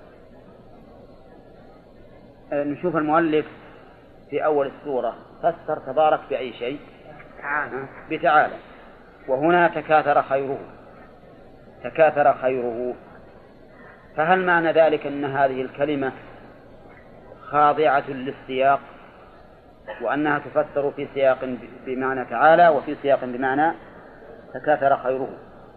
نشوف المؤلف في أول السورة فسر تبارك بأي شيء؟ بتعالى. وهنا تكاثر خيره، تكاثر خيره. فهل معنى ذلك أن هذه الكلمة خاضعة للسياق، وأنها تفسر في سياق بمعنى تعالى وفي سياق بمعنى تكاثر خيره؟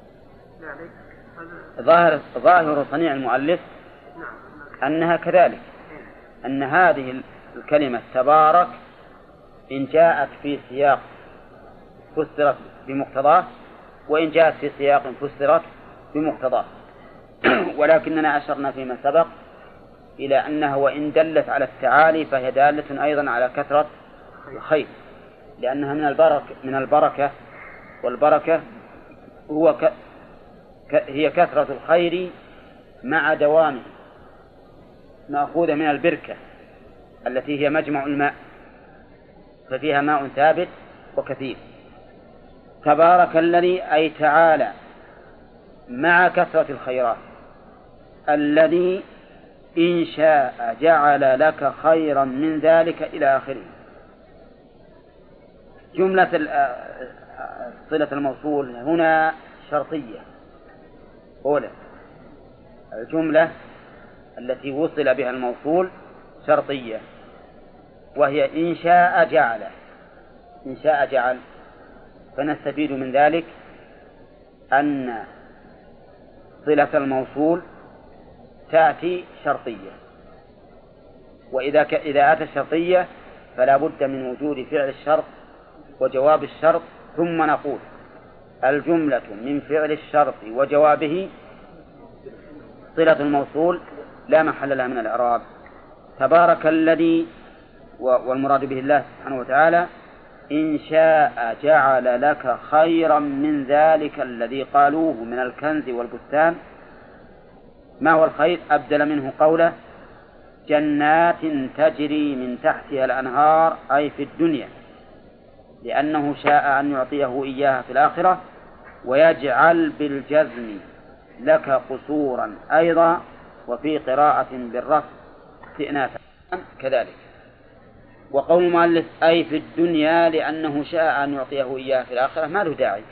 ظاهر ظاهر صنيع المؤلف أنها كذلك، أن هذه الكلمة تبارك إن جاءت في سياق فسرت بمقتضاه، وإن جاءت في سياق فسرت بمقتضاه. ولكننا أشرنا فيما سبق إلى أنها وإن دلت على التعالي فهي دالة أيضا على كثرة الخير، لأنها من البركة من البركة والبركة هو ك... ك... هي كثرة الخير مع دوامه، مأخوذة من البركة التي هي مجمع الماء، ففيها ماء ثابت وكثير. تبارك الذي أي تعالى مع كثرة الخيرات الذي إن شاء جعل لك خيرا من ذلك إلى آخره. جملة صلة الموصول هنا شرطية. أولا الجملة التي وصل بها الموصول شرطية، وهي إن شاء جعل. إن شاء جعل، فنستفيد من ذلك أن صلة الموصول تأتي شرطية، وإذا ك... إذا أتى الشرطية فلا بد من وجود فعل الشرط وجواب الشرط، ثم نقول الجملة من فعل الشرط وجوابه صلة الموصول لا محل لها من الإعراب. تبارك الذي، والمراد به الله سبحانه وتعالى، إن شاء جعل لك خيرا من ذلك الذي قالوه من الكنز والبستان. ما هو الخير؟ أبدل منه قوله جنات تجري من تحتها الأنهار، أي في الدنيا، لأنه شاء أن يعطيه إياها في الآخرة، ويجعل بالجزم لك قصورا أيضا، وفي قراءة بالرفع استئنافا كذلك. وقول المؤلف أي في الدنيا لأنه شاء أن يعطيه إياها في الآخرة ما له داعي،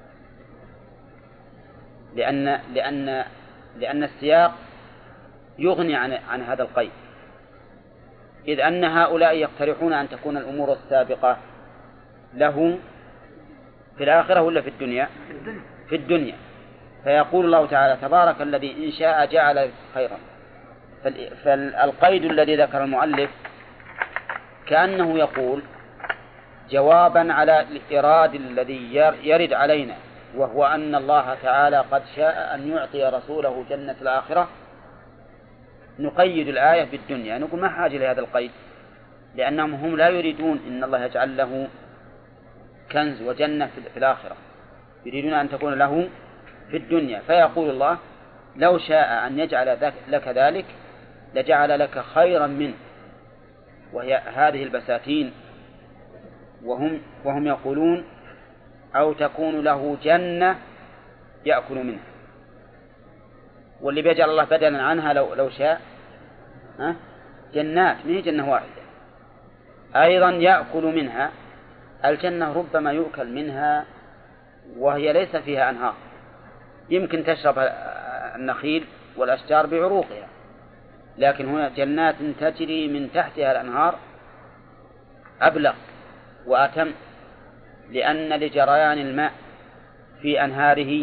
لأن لأن لأن السياق يغني عن عن هذا القيد، إذ أن هؤلاء يقترحون أن تكون الأمور السابقة له في الآخرة ولا في الدنيا؟ في الدنيا. فيقول الله تعالى تبارك الذي إن شاء جعل خيرا. فالقيد الذي ذكر المؤلف كأنه يقول جوابا على الإراد الذي يرد علينا، وهو أن الله تعالى قد شاء أن يعطي رسوله جنة الآخرة. نقيد الآية بالدنيا، نقول ما حاجة لهذا القيد، لأنهم هم لا يريدون إن الله يجعل له كنز وجنة في الآخرة، يريدون أن تكون له في الدنيا. فيقول الله لو شاء أن يجعل لك ذلك لجعل لك خيرا منه، وهي هذه البساتين. وهم, وهم يقولون أو تكون له جنة يأكل منها، واللي بيجعل الله بدلا عنها لو, لو شاء ها جنات، ما هي جنة واحدة أيضا يأكل منها. الجنة ربما يؤكل منها وهي ليس فيها أنهار، يمكن تشرب النخيل والأشجار بعروقها، لكن هنا جنات تجري من تحتها الأنهار أبلغ وأتم، لأن لجريان الماء في أنهاره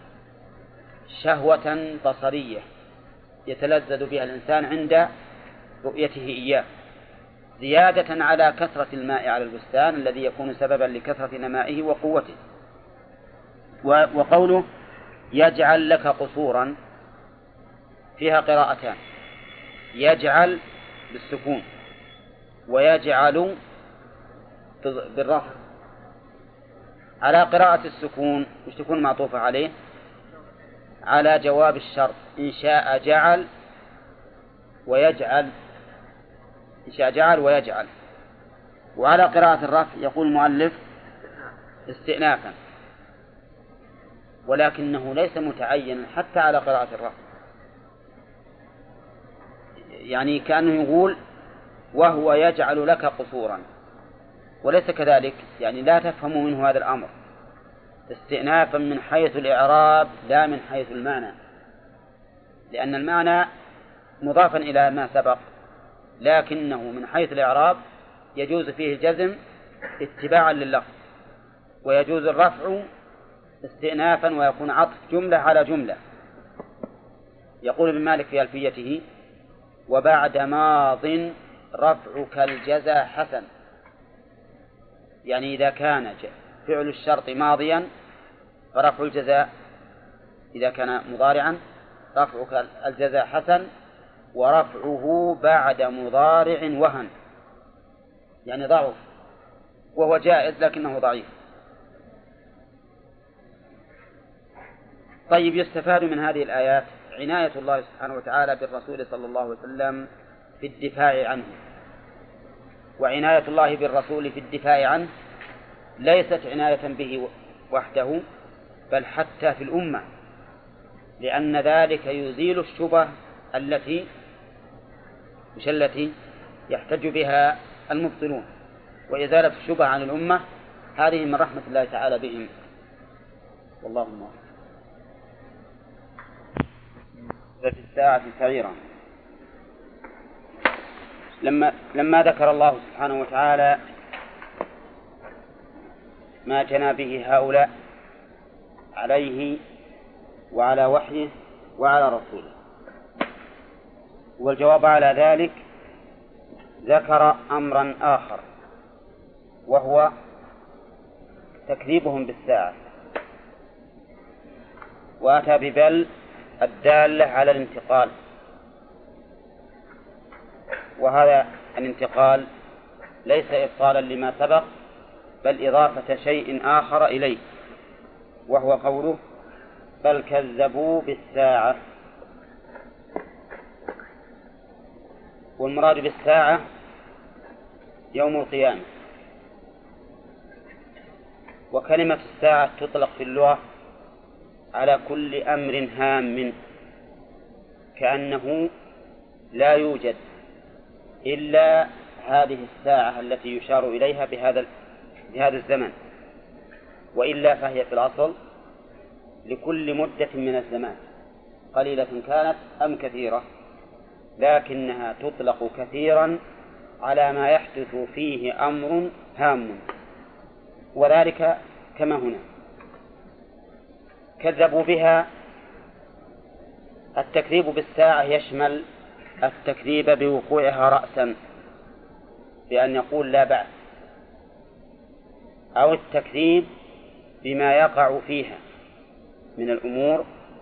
شهوة بصرية يتلذذ بها الإنسان عند رؤيته إياه، زيادة على كثرة الماء على البستان الذي يكون سببا لكثرة نمائه وقوته. وقوله يجعل لك قصورا فيها قراءتان، يجعل بالسكون ويجعل بالرفع. على قراءة السكون مش تكون معطوفة عليه على جواب الشرط إن شاء جعل ويجعل، إن شاء جعل ويجعل. وعلى قراءة الرفع يقول المؤلف استئنافا، ولكنه ليس متعينا حتى على قراءة الرفع، يعني كأنه يقول وهو يجعل لك قصورا، وليس كذلك، يعني لا تفهم منه هذا الأمر استئنافا من حيث الإعراب لا من حيث المعنى، لأن المعنى مضافا إلى ما سبق، لكنه من حيث الإعراب يجوز فيه الجزم اتباعا لللفظ، ويجوز الرفع استئنافا ويكون عطف جملة على جملة. يقول ابن مالك في ألفيته وبعد ماض رفعك الجزاء حسن، يعني إذا كان فعل الشرط ماضيا فرفع الجزاء، إذا كان مضارعا رفعك الجزاء حسن، ورفعه بعد مضارع وهن، يعني ضعف، وهو جائز لكنه ضعيف. طيب، يستفاد من هذه الآيات عناية الله سبحانه وتعالى بالرسول صلى الله عليه وسلم في الدفاع عنه، وعناية الله بالرسول في الدفاع عنه ليست عناية به وحده بل حتى في الأمة، لأن ذلك يزيل الشبه التي مش التي يحتج بها المبطلون، وإزالة الشبه عن الأمة هذه من رحمة الله تعالى بهم. والله أعلم. في الساعة سعيرا، لما لما ذكر الله سبحانه وتعالى ما جنى به هؤلاء عليه وعلى وحيه وعلى رسوله، والجواب على ذلك ذكر أمرا آخر وهو تكذيبهم بالساعة، وأتى ببل الدالة على الانتقال، وهذا الانتقال ليس إبطالا لما سبق بل إضافة شيء آخر إليه، وهو قوله بل كذبوا بالساعة. والمراد بالساعة يوم القيامة، وكلمة الساعة تطلق في اللغة على كل أمر هام، كأنه لا يوجد إلا هذه الساعة التي يشار إليها بهذا بهذا الزمن، وإلا فهي في الأصل لكل مدة من الزمان قليلة كانت أم كثيرة، لكنها تطلق كثيرا على ما يحدث فيه أمر هام، وذلك كما هنا كذبوا بها. التكذيب بالساعة يشمل التكذيب بوقوعها رأسا بأن يقول لا بعث، أو التكذيب بما يقع فيها من الأمور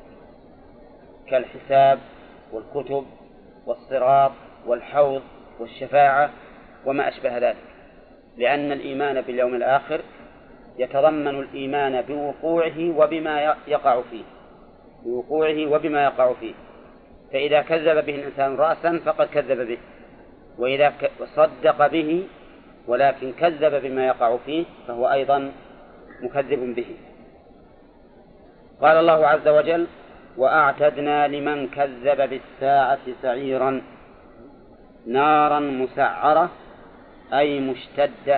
كالحساب والكتب والصراط والحوض والشفاعة وما أشبه ذلك، لأن الإيمان باليوم الآخر يتضمن الإيمان بوقوعه وبما يقع فيه بوقوعه وبما يقع فيه، فإذا كذب به الإنسان رأسا فقد كذب به، وإذا صدق به ولكن كذب بما يقع فيه فهو أيضا مكذب به. قال الله عز وجل وأعتدنا لمن كذب بالساعة سعيرا نارا مسعرة أي مشتدة.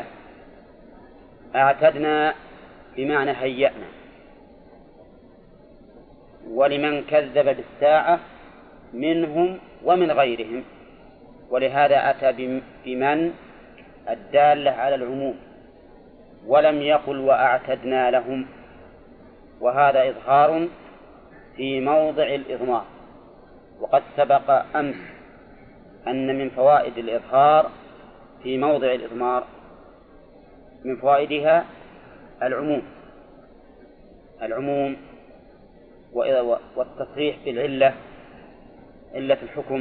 أعتدنا بمعنى هيأنا، ولمن كذب بالساعة منهم ومن غيرهم، ولهذا أتى بمن الدالة على العموم ولم يقل وأعتدنا لهم، وهذا إظهار في موضع الإضمار. وقد سبق أمس أن من فوائد الإظهار في موضع الإضمار من فوائدها العموم، العموم والتصريح بالعلة، علة الحكم.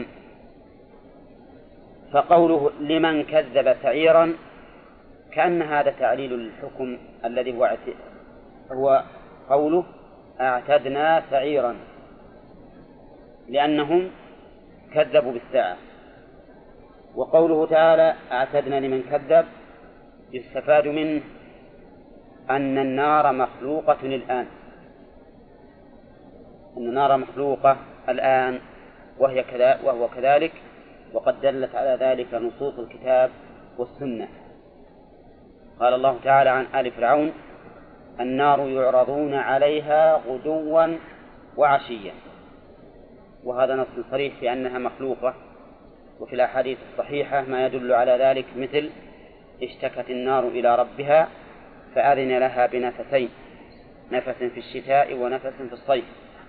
فقوله لمن كذب سعيرا كأن هذا تعليل للحكم الذي هو هو قوله أعتدنا سعيرا، لأنهم كذبوا بالساعة. وقوله تعالى أعتدنا لمن كذب يستفاد منه أن النار مخلوقة الآن، أن النار مخلوقة الآن وهي كذا وهو كذلك، وقد دلت على ذلك نصوص الكتاب والسنة. قال الله تعالى عن آل فرعون النار يعرضون عليها غدوا وعشيا، وهذا نص صريح في أنها مخلوقة. وفي الأحاديث الصحيحة ما يدل على ذلك، مثل اشتكت النار إلى ربها فأذن لها بنفسين، نفس في الشتاء ونفس في الصيف.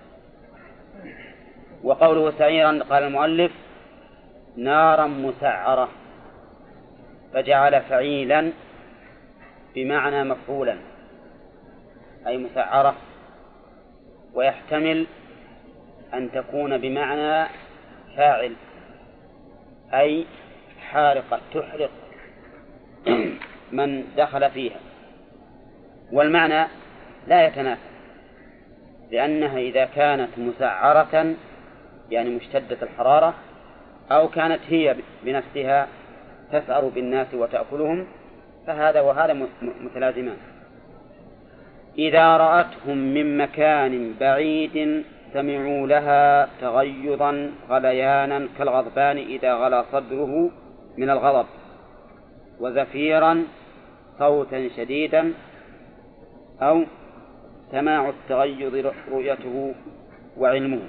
وقوله سعيرا قال المؤلف نارا مسعرة، فجعل فعيلا بمعنى مفعولا أي مسعرة، ويحتمل أن تكون بمعنى فاعل أي حارقة تحرق من دخل فيها. والمعنى لا يتنافى، لأنها إذا كانت مسعرة يعني مشتدة الحرارة، أو كانت هي بنفسها تسعر بالناس وتأكلهم، فهذا وهذا متلازمان. إذا رأتهم من مكان بعيد سمعوا لها تغيظا غليانا كالغضبان إذا غلى صدره من الغضب، وزفيرا صوتا شديدا، أو سماع التغيظ رؤيته وعلمه.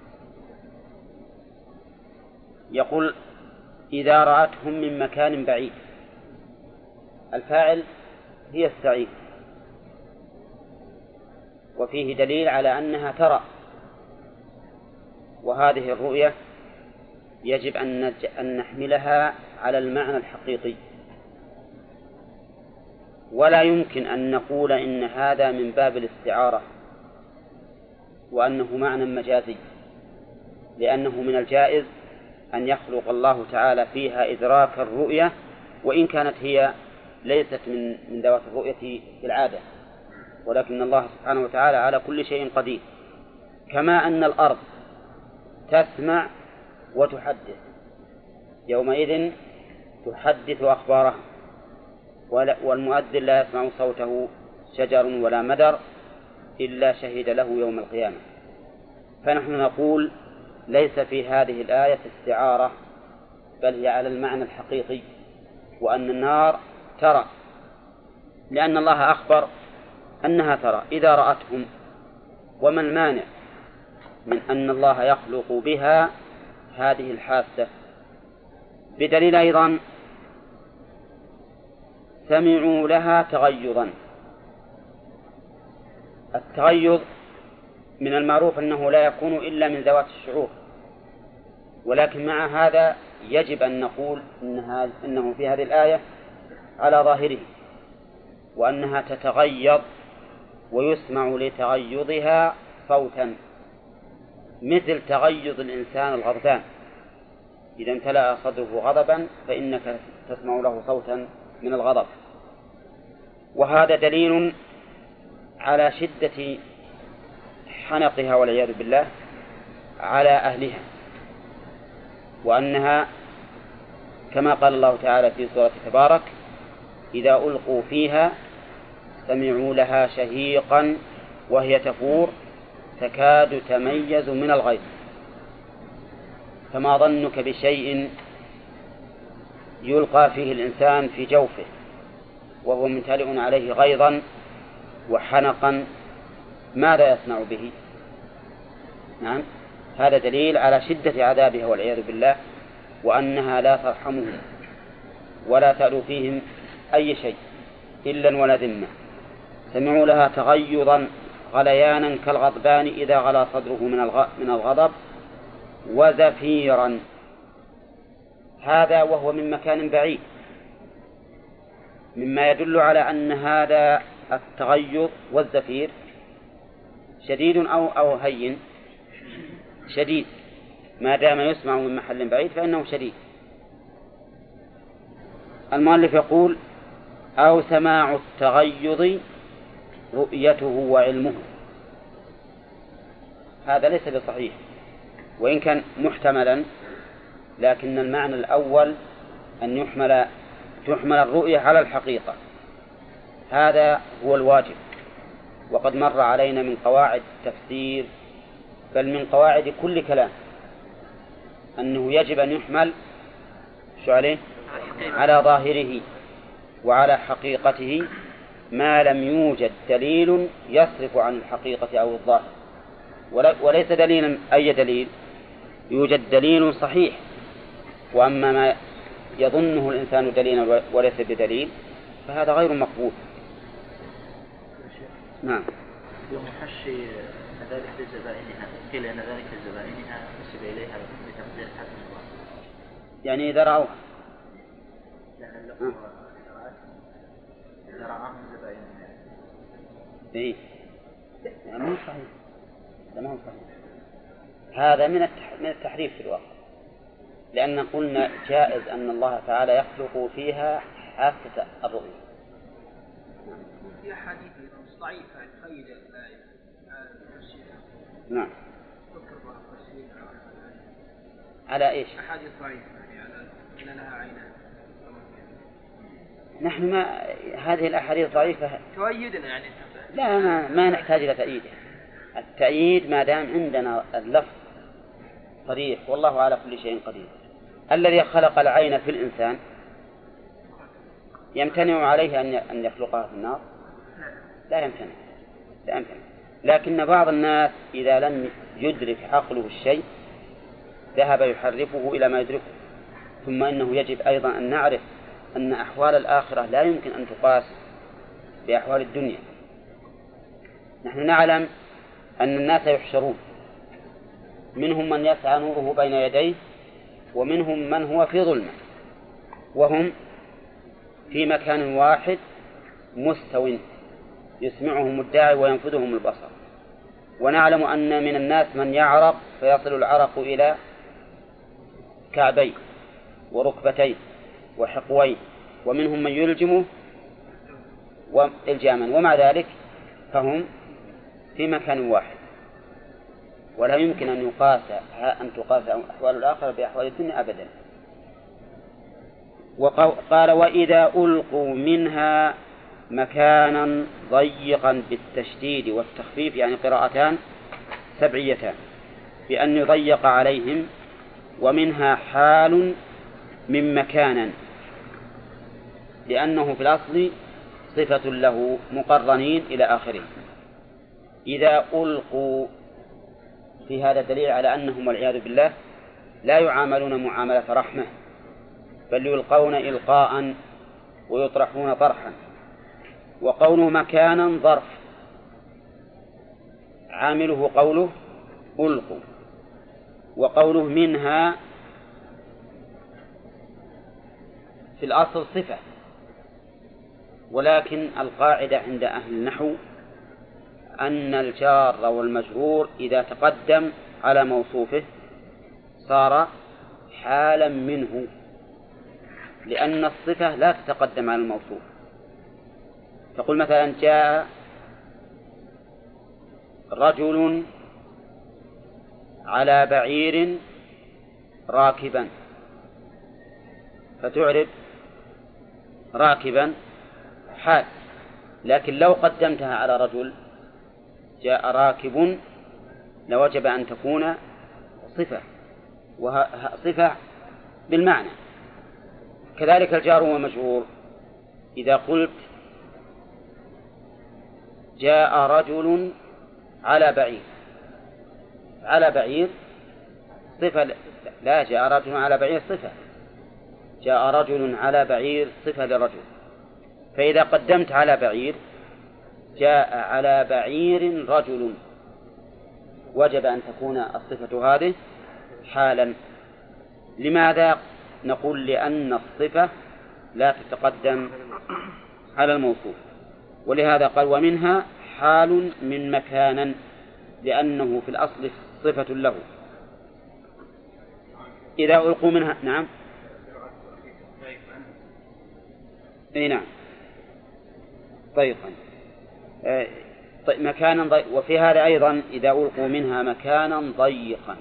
يقول إذا رأتهم من مكان بعيد، الفاعل هي السعير، وفيه دليل على أنها ترى، وهذه الرؤية يجب أن نحملها على المعنى الحقيقي، ولا يمكن أن نقول إن هذا من باب الاستعارة وأنه معنى مجازي، لأنه من الجائز أن يخلق الله تعالى فيها إدراك الرؤية وإن كانت هي ليست من من ذوات الرؤية في العادة، ولكن الله سبحانه وتعالى على كل شيء قدير. كما أن الأرض تسمع وتحدث، يومئذ تحدث أخبارها، والمؤذن لا يسمع صوته شجر ولا مدر إلا شهد له يوم القيامة. فنحن نقول ليس في هذه الآية استعارة، بل هي على المعنى الحقيقي، وأن النار ترى، لأن الله أخبر أنها ترى إذا رأتهم. وما المانع من أن الله يخلق بها هذه الحاسة؟ بدليل أيضا سمعوا لها تغيظا. التغيظ من المعروف أنه لا يكون إلا من ذوات الشعور، ولكن مع هذا يجب أن نقول إنها إنه في هذه الآية على ظاهره، وأنها تتغيظ ويسمع لتغيظها صوتا، مثل تغيظ الإنسان الغضبان، إذا امتلأ صدره غضبا فإنك تسمع له صوتا من الغضب. وهذا دليل على شدة حنقها والعياذ بالله على أهلها، وأنها كما قال الله تعالى في سورة تبارك إذا ألقوا فيها سمعوا لها شهيقا وهي تفور تكاد تميز من الغيظ. فما ظنك بشيء يلقى فيه الإنسان في جوفه وهو ممتلئ عليه غيظا وحنقا، ماذا يصنع به؟ نعم، هذا دليل على شدة عذابها والعياذ بالله، وأنها لا ترحمهم ولا تألو فيهم أي شيء إلا ولا ذمة. سمعوا لها تغيظا غليانا كالغضبان إذا غلى صدره من الغضب، وزفيرا، هذا وهو من مكان بعيد، مما يدل على أن هذا التغيظ والزفير شديد أو أو هين؟ شديد، ما دام يسمع من محل بعيد فإنه شديد. المؤلف يقول أو سماع التغيظ رؤيته وعلمه. هذا ليس بصحيح، وإن كان محتملا، لكن المعنى الأول أن يحمل تحمل الرؤية على الحقيقة، هذا هو الواجب. وقد مر علينا من قواعد التفسير بل من قواعد كل كلام أنه يجب أن يحمل شو عليه؟ على ظاهره وعلى حقيقته ما لم يوجد دليل يصرف عن الحقيقة أو الظاهر. وليس دليلا أي دليل، يوجد دليل صحيح، وأما ما يظنه الإنسان دليلا وليس بدليل فهذا غير مقبول. نعم. يوم حشي ذلك لزبائنها، قيل أن ذلك لزبائنها نسب إليها بتقدير حسن الله، يعني إذا رأوها إذا رآهم زبائنها. إيه يعني مو صحيح، هذا ما هو صحيح، هذا من من التحريف في الواقع، لأن قلنا جائز أن الله تعالى يخلق فيها حاسة الرؤية. في أحاديث ضعيفة تخيل الآية. نعم. على إيش؟ أحاديث ضعيفة يعني على أن لها عينان. نحن ما هذه الأحاديث ضعيفة تؤيدنا يعني. لا ما, ما نحتاج إلى تأييد. التأييد ما دام عندنا اللفظ صريح والله على كل شيء قدير. الذي خلق العين في الإنسان يمتنع عليه أن يخلقها في النار؟ لا يمتنع، لا يمتنع. لكن بعض الناس إذا لم يدرك عقله الشيء ذهب يحرفه إلى ما يدركه. ثم إنه يجب أيضا أن نعرف أن أحوال الآخرة لا يمكن أن تقاس بأحوال الدنيا. نحن نعلم أن الناس يحشرون، منهم من يسعى نوره بين يديه ومنهم من هو في ظلمة، وهم في مكان واحد مستو يسمعهم الداعي وينفذهم البصر. ونعلم أن من الناس من يعرق فيصل العرق إلى كعبيه وركبتيه وحقويه، ومنهم من يلجمه والجاما، ومع ذلك فهم في مكان واحد، ولا يمكن أن يقاس أن تقاس أحوال الآخرة بأحوال الدنيا أبدا. وقال وإذا ألقوا منها مكانا ضيقا بالتشديد والتخفيف، يعني قراءتان سبعيتان، بأن يضيق عليهم. ومنها حال من مكانا، لأنه في الأصل صفة له مقرنين إلى آخره. إذا ألقوا، في هذا دليل على أنهم والعياذ بالله لا يعاملون معاملة رحمة، بل يلقون إلقاء ويطرحون طرحا. وقوله مكانا ظرف، عامله قوله ألقوا، وقوله منها في الأصل صفة، ولكن القاعدة عند أهل النحو أن الجار والمجرور إذا تقدم على موصوفه صار حالا منه، لأن الصفة لا تتقدم على الموصوف. تقول مثلا جاء رجل على بعير راكبا، فتعرب راكبا حال، لكن لو قدمتها على رجل جاء راكب لوجب أن تكون صفة، وصفة بالمعنى. كذلك الجار والمجرور، إذا قلت جاء رجل على بعير، على بعير صفة، لا، جاء رجل على بعير صفة، جاء رجل على بعير صفة لرجل. فإذا قدمت على بعير جاء على بعير رجل، وجب أن تكون الصفة هذه حالا. لماذا؟ نقول لأن الصفة لا تتقدم على الموصوف، ولهذا قال ومنها حال من مكانا، لأنه في الأصل صفة له. إذا ألقوا منها نعم أي نعم ضيقا آه طيب مكانا ضيق. وفي هذا أيضا إذا ألقوا منها مكانا ضيقا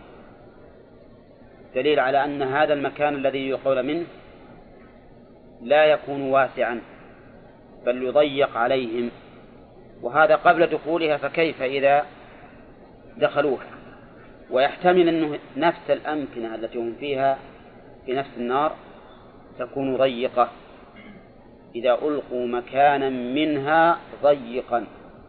دليل على أن هذا المكان الذي يلقون منه لا يكون واسعا بل يضيق عليهم، وهذا قبل دخولها، فكيف إذا دخلوها؟ ويحتمل أنه نفس الأمكنة التي هم فيها في نفس النار تكون ضيقة إذا ألقوا مكانا منها ضيقا،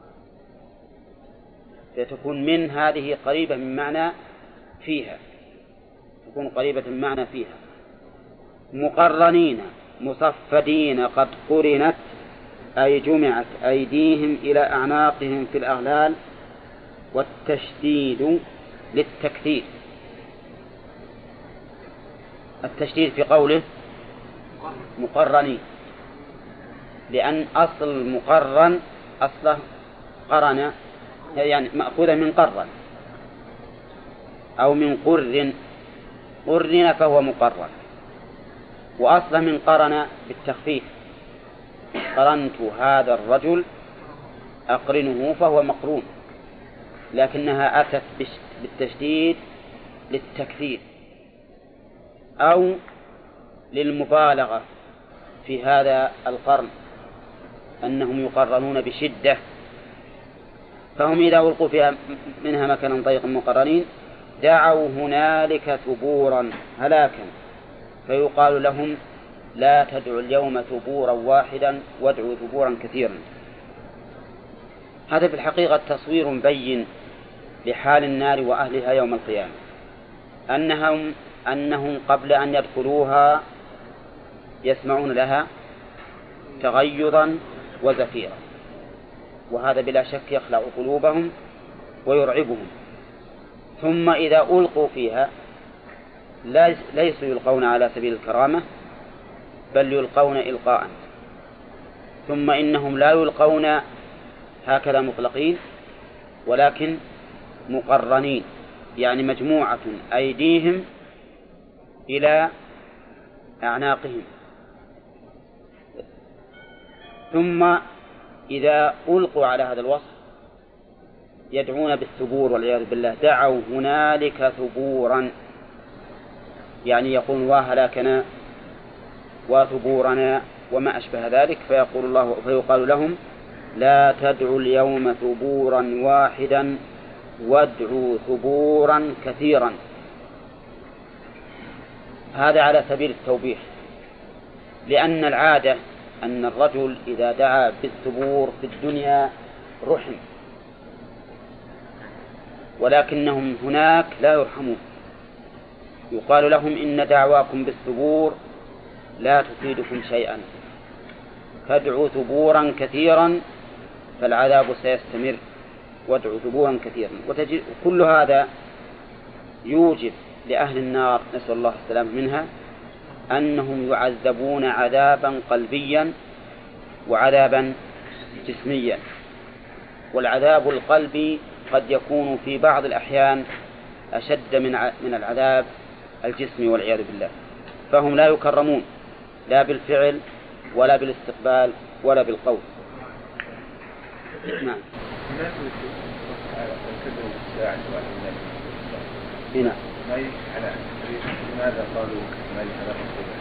فتكون من هذه قريبة من معنى فيها، تكون قريبة من معنى فيها. مقرنين مصفدين قد قرنت أي جمعت أيديهم إلى أعناقهم في الأغلال، والتشديد للتكثير. التشديد في قوله مقرنين، لأن أصل مقرن أصله قرن، يعني مأخوذة من قرن أو من قرن، قرن فهو مقرن، وأصله من قرن بالتخفيف، قرنت هذا الرجل أقرنه فهو مقرون، لكنها أتت بالتشديد للتكثير أو للمبالغة في هذا القرن، أنهم يقرنون بشدة. فهم إذا ألقوا فيها منها مكانا ضيقا مقرنين دعوا هنالك ثبورا هلاكا، فيقال لهم لا تدعوا اليوم ثبورا واحدا وادعوا ثبورا كثيرا. هذا في الحقيقة تصوير بين لحال النار وأهلها يوم القيامة، أنهم, أنهم قبل أن يدخلوها يسمعون لها تغيظا وزفيرا، وهذا بلا شك يخلع قلوبهم ويرعبهم. ثم إذا ألقوا فيها ليسوا يلقون على سبيل الكرامة بل يلقون إلقاء، ثم إنهم لا يلقون هكذا مطلقين ولكن مقرنين، يعني مجموعة أيديهم إلى أعناقهم. ثم إذا ألقوا على هذا الوصف يدعون بالثبور والعياذ بالله، دعوا هنالك ثبورا، يعني يقول وهلاكنا وثبورنا وما أشبه ذلك، فيقول الله فيقال لهم لا تدعوا اليوم ثبورا واحدا وادعوا ثبورا كثيرا. هذا على سبيل التوبيخ، لأن العادة أن الرجل إذا دعا بالثبور في الدنيا رحم، ولكنهم هناك لا يرحمون، يقال لهم إن دعواكم بالثبور لا تفيدكم شيئا، فادعوا ثبورا كثيرا فالعذاب سيستمر، وادعوا ثبورا كثيرا. وكل هذا يوجب لأهل النار نسأل الله السلامة منها أنهم يعذبون عذابا قلبيا وعذابا جسميا، والعذاب القلبي قد يكون في بعض الأحيان أشد من من العذاب الجسمي والعياذ بالله. فهم لا يكرمون لا بالفعل ولا بالاستقبال ولا بالقول. نعم. هنا. لماذا قالوا هذا؟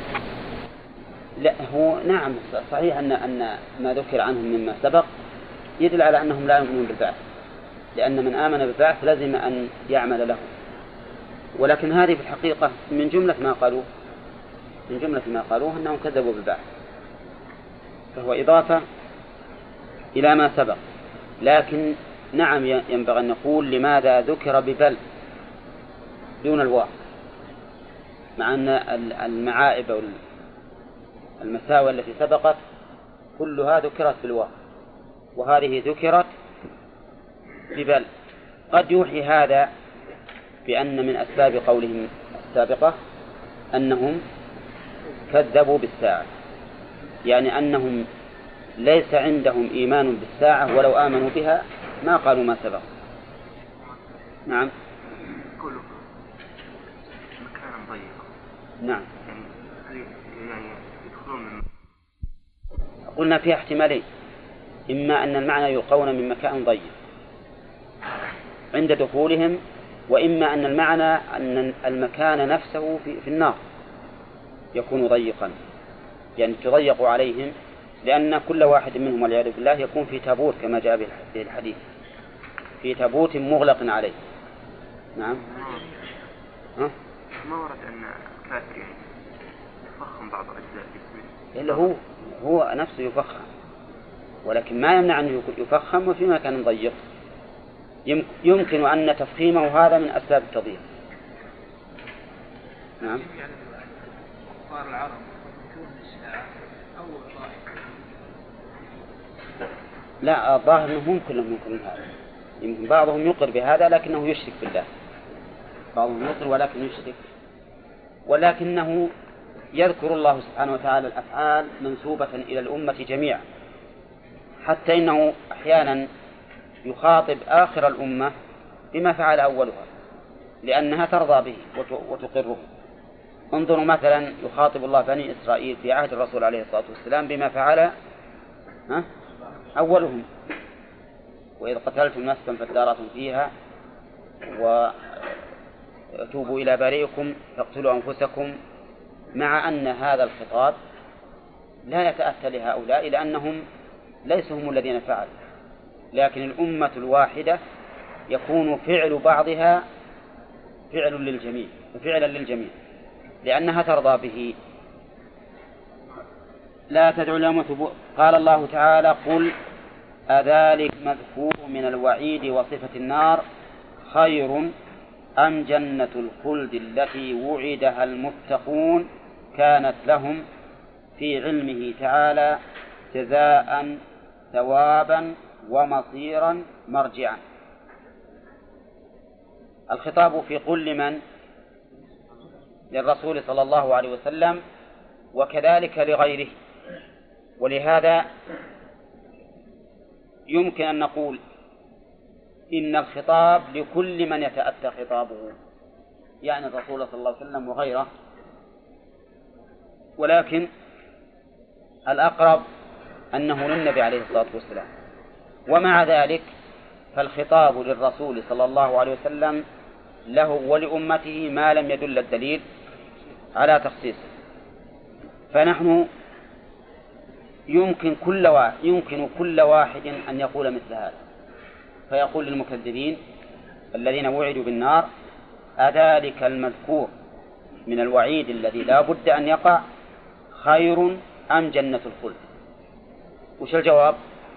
لا هو نعم صحيح أن أن ما ذكر عنهم مما سبق يدل على أنهم لا يؤمنون بالبعث، لأن من آمن بالبعث لازم أن يعمل له، ولكن هذه في الحقيقة من جملة ما قالوا من جملة ما قالوه أنهم كذبوا بالبعث، فهو إضافة إلى ما سبق. لكن نعم ينبغي أن نقول لماذا ذكر ببل دون الواو، مع أن المعائب والمساوئ التي سبقت كلها ذكرت بالواو، وهذه ذكرت ببل. قد يوحي هذا بأن من أسباب قولهم السابقة أنهم كذبوا بالساعة، يعني أنهم ليس عندهم إيمان بالساعة، ولو آمنوا بها ما قالوا ما سبق. نعم. قوله مكانا ضيقا. نعم. يعني يعني يدخلون من. قلنا فيها احتمالين، إما أن المعنى يلقون من مكان ضيق عند دخولهم، وإما أن المعنى أن المكان نفسه في, في النار يكون ضيقا، يعني تضيق عليهم، لأن كل واحد منهم والعياذ بالله يكون في تابوت كما جاء في الحديث، في تابوت مغلق عليه. نعم. ها؟ ما ورد أن الكافر يعني يفخم بعض أجزاء جسمه. إلا هو هو نفسه يفخم، ولكن ما يمنع أنه يفخم وفي مكان ضيق. يمكن أن تفخيمه هذا من أسباب التضييق. نعم. يعني كفار العرب يكون الساعة أو طائف. لا، الظاهر أنهم كلهم ينكرون هذا. يمكن بعضهم يقر بهذا لكنه يشرك بالله، بعضهم يقر ولكن يشرك، ولكنه يذكر الله سبحانه وتعالى الأفعال منسوبة إلى الأمة جميعا، حتى إنه أحيانا يخاطب آخر الأمة بما فعل أولها لأنها ترضى به وتقره. انظروا مثلا يخاطب الله بني إسرائيل في عهد الرسول عليه الصلاة والسلام بما فعل أولهم: وإذ قتلتم نفسا فادارأتم فيها وتوبوا إلى بارئكم فاقتلوا أنفسكم، مع أن هذا الخطاب لا يتأتى لهؤلاء لأنهم ليسوا هم الذين فعلوا، لكن الأمة الواحدة يكون فعل بعضها فعل للجميع فعلا للجميع لأنها ترضى به. لا تدعوا اليوم ثبورا. قال الله تعالى: قل أذلك مذكور من الوعيد وصفة النار خير أم جنة الخلد التي وعدها المتقون كانت لهم في علمه تعالى جزاء ثوابا ومصيرا مرجعا. الخطاب في قل لمن؟ للرسول صلى الله عليه وسلم وكذلك لغيره، ولهذا يمكن أن نقول إن الخطاب لكل من يتأتى خطابه، يعني الرسول صلى الله عليه وسلم وغيره، ولكن الأقرب أنه للنبي عليه الصلاة والسلام. ومع ذلك فالخطاب للرسول صلى الله عليه وسلم له ولأمته ما لم يدل الدليل على تخصيصه. فنحن يمكن كل واحد يمكن كل واحد أن يقول مثل هذا، فيقول للمكذبين الذين وعدوا بالنار: أذلك المذكور من الوعيد الذي لا بد أن يقع خير أم جنة الخلد؟ وش الجواب؟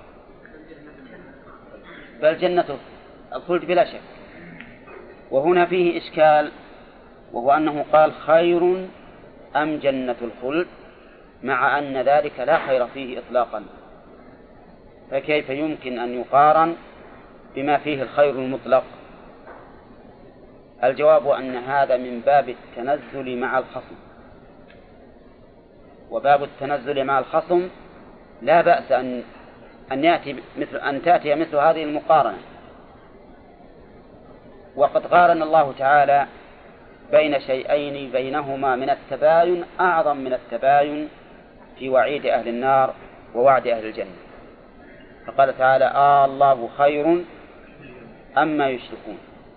بل جنة الخلد بلا شك. وهنا فيه إشكال، وهو أنه قال خير أم جنة الخلد، مع أن ذلك لا خير فيه إطلاقا، فكيف يمكن أن يقارن بما فيه الخير المطلق؟ الجواب أن هذا من باب التنزل مع الخصم، وباب التنزل مع الخصم لا بأس أن أن يأتي مثل أن تأتي مثل هذه المقارنة. وقد قارن الله تعالى بين شيئين بينهما من التباين أعظم من التباين في وعيد أهل النار ووعد أهل الجنة، فقال تعالى: آه الله خير أما يشركون.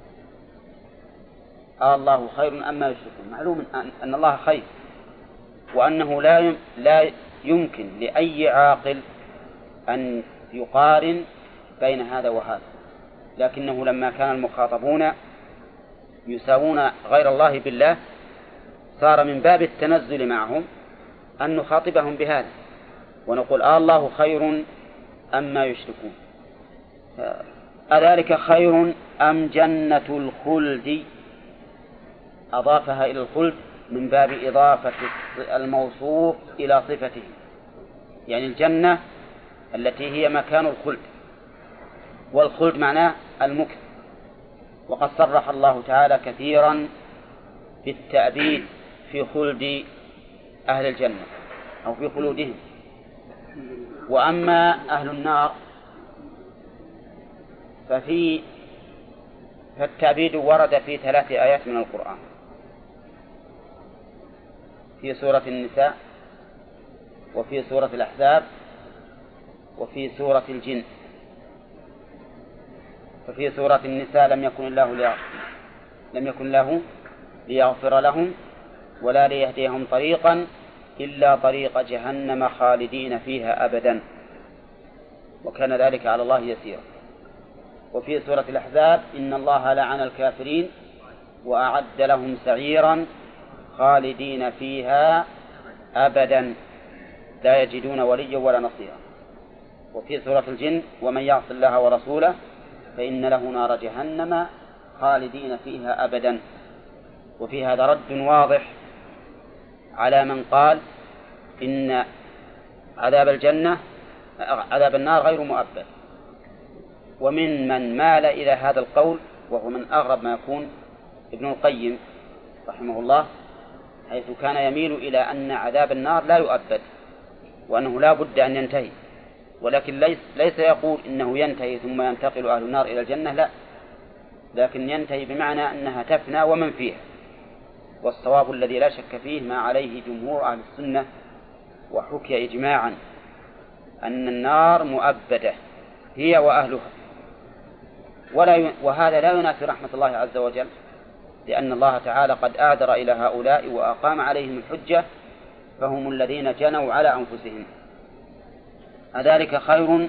آه الله خير أما يشركون. معلوم أن الله خير، وأنه لا لا يمكن لأي عاقل أن يقارن بين هذا وهذا، لكنه لما كان المخاطبون يساوون غير الله بالله صار من باب التنزل معهم أن نخاطبهم بهذا ونقول: آه الله خير أما يشركون. أذلك خير أم جنة الخلد؟ أضافها إلى الخلد من باب إضافة الموصوف إلى صفته، يعني الجنة التي هي مكان الخلد، والخلد معناه المكث. وقد صرح الله تعالى كثيرا بالتأبيد في خلد أهل الجنة أو في خلودهم. وأما أهل النار ففي فالتعبيد ورد في ثلاث آيات من القرآن، في سورة النساء، وفي سورة الأحزاب، وفي سورة الجن. ففي سورة النساء لم يكن الله ليغفر لم يكن له ليغفر لهم ولا ليهديهم طريقا إلا طريق جهنم خالدين فيها أبدا وكان ذلك على الله يسيرا. وفي سورة الأحزاب إن الله لعن الكافرين وأعد لهم سعيرا خالدين فيها أبدا لا يجدون وليا ولا نصيرا. وفي سورة الجن ومن يعص الله ورسوله فإن له نار جهنم خالدين فيها أبدا. وفي هذا رد واضح على من قال إن عذاب الجنة عذاب النار غير مؤبد، ومن من مال إلى هذا القول وهو من أغرب ما يكون ابن القيم رحمه الله، حيث كان يميل إلى أن عذاب النار لا يؤبد وأنه لا بد أن ينتهي، ولكن ليس, ليس يقول إنه ينتهي ثم ينتقل أهل النار إلى الجنة، لا، لكن ينتهي بمعنى أنها تفنى ومن فيها. والصواب الذي لا شك فيه ما عليه جمهور أهل السنة وحكي إجماعا أن النار مؤبدة هي وأهلها، ولا ي... وهذا لا ينافي رحمة الله عز وجل، لأن الله تعالى قد أعذر إلى هؤلاء وأقام عليهم الحجة فهم الذين جنوا على أنفسهم. أذلك خير؟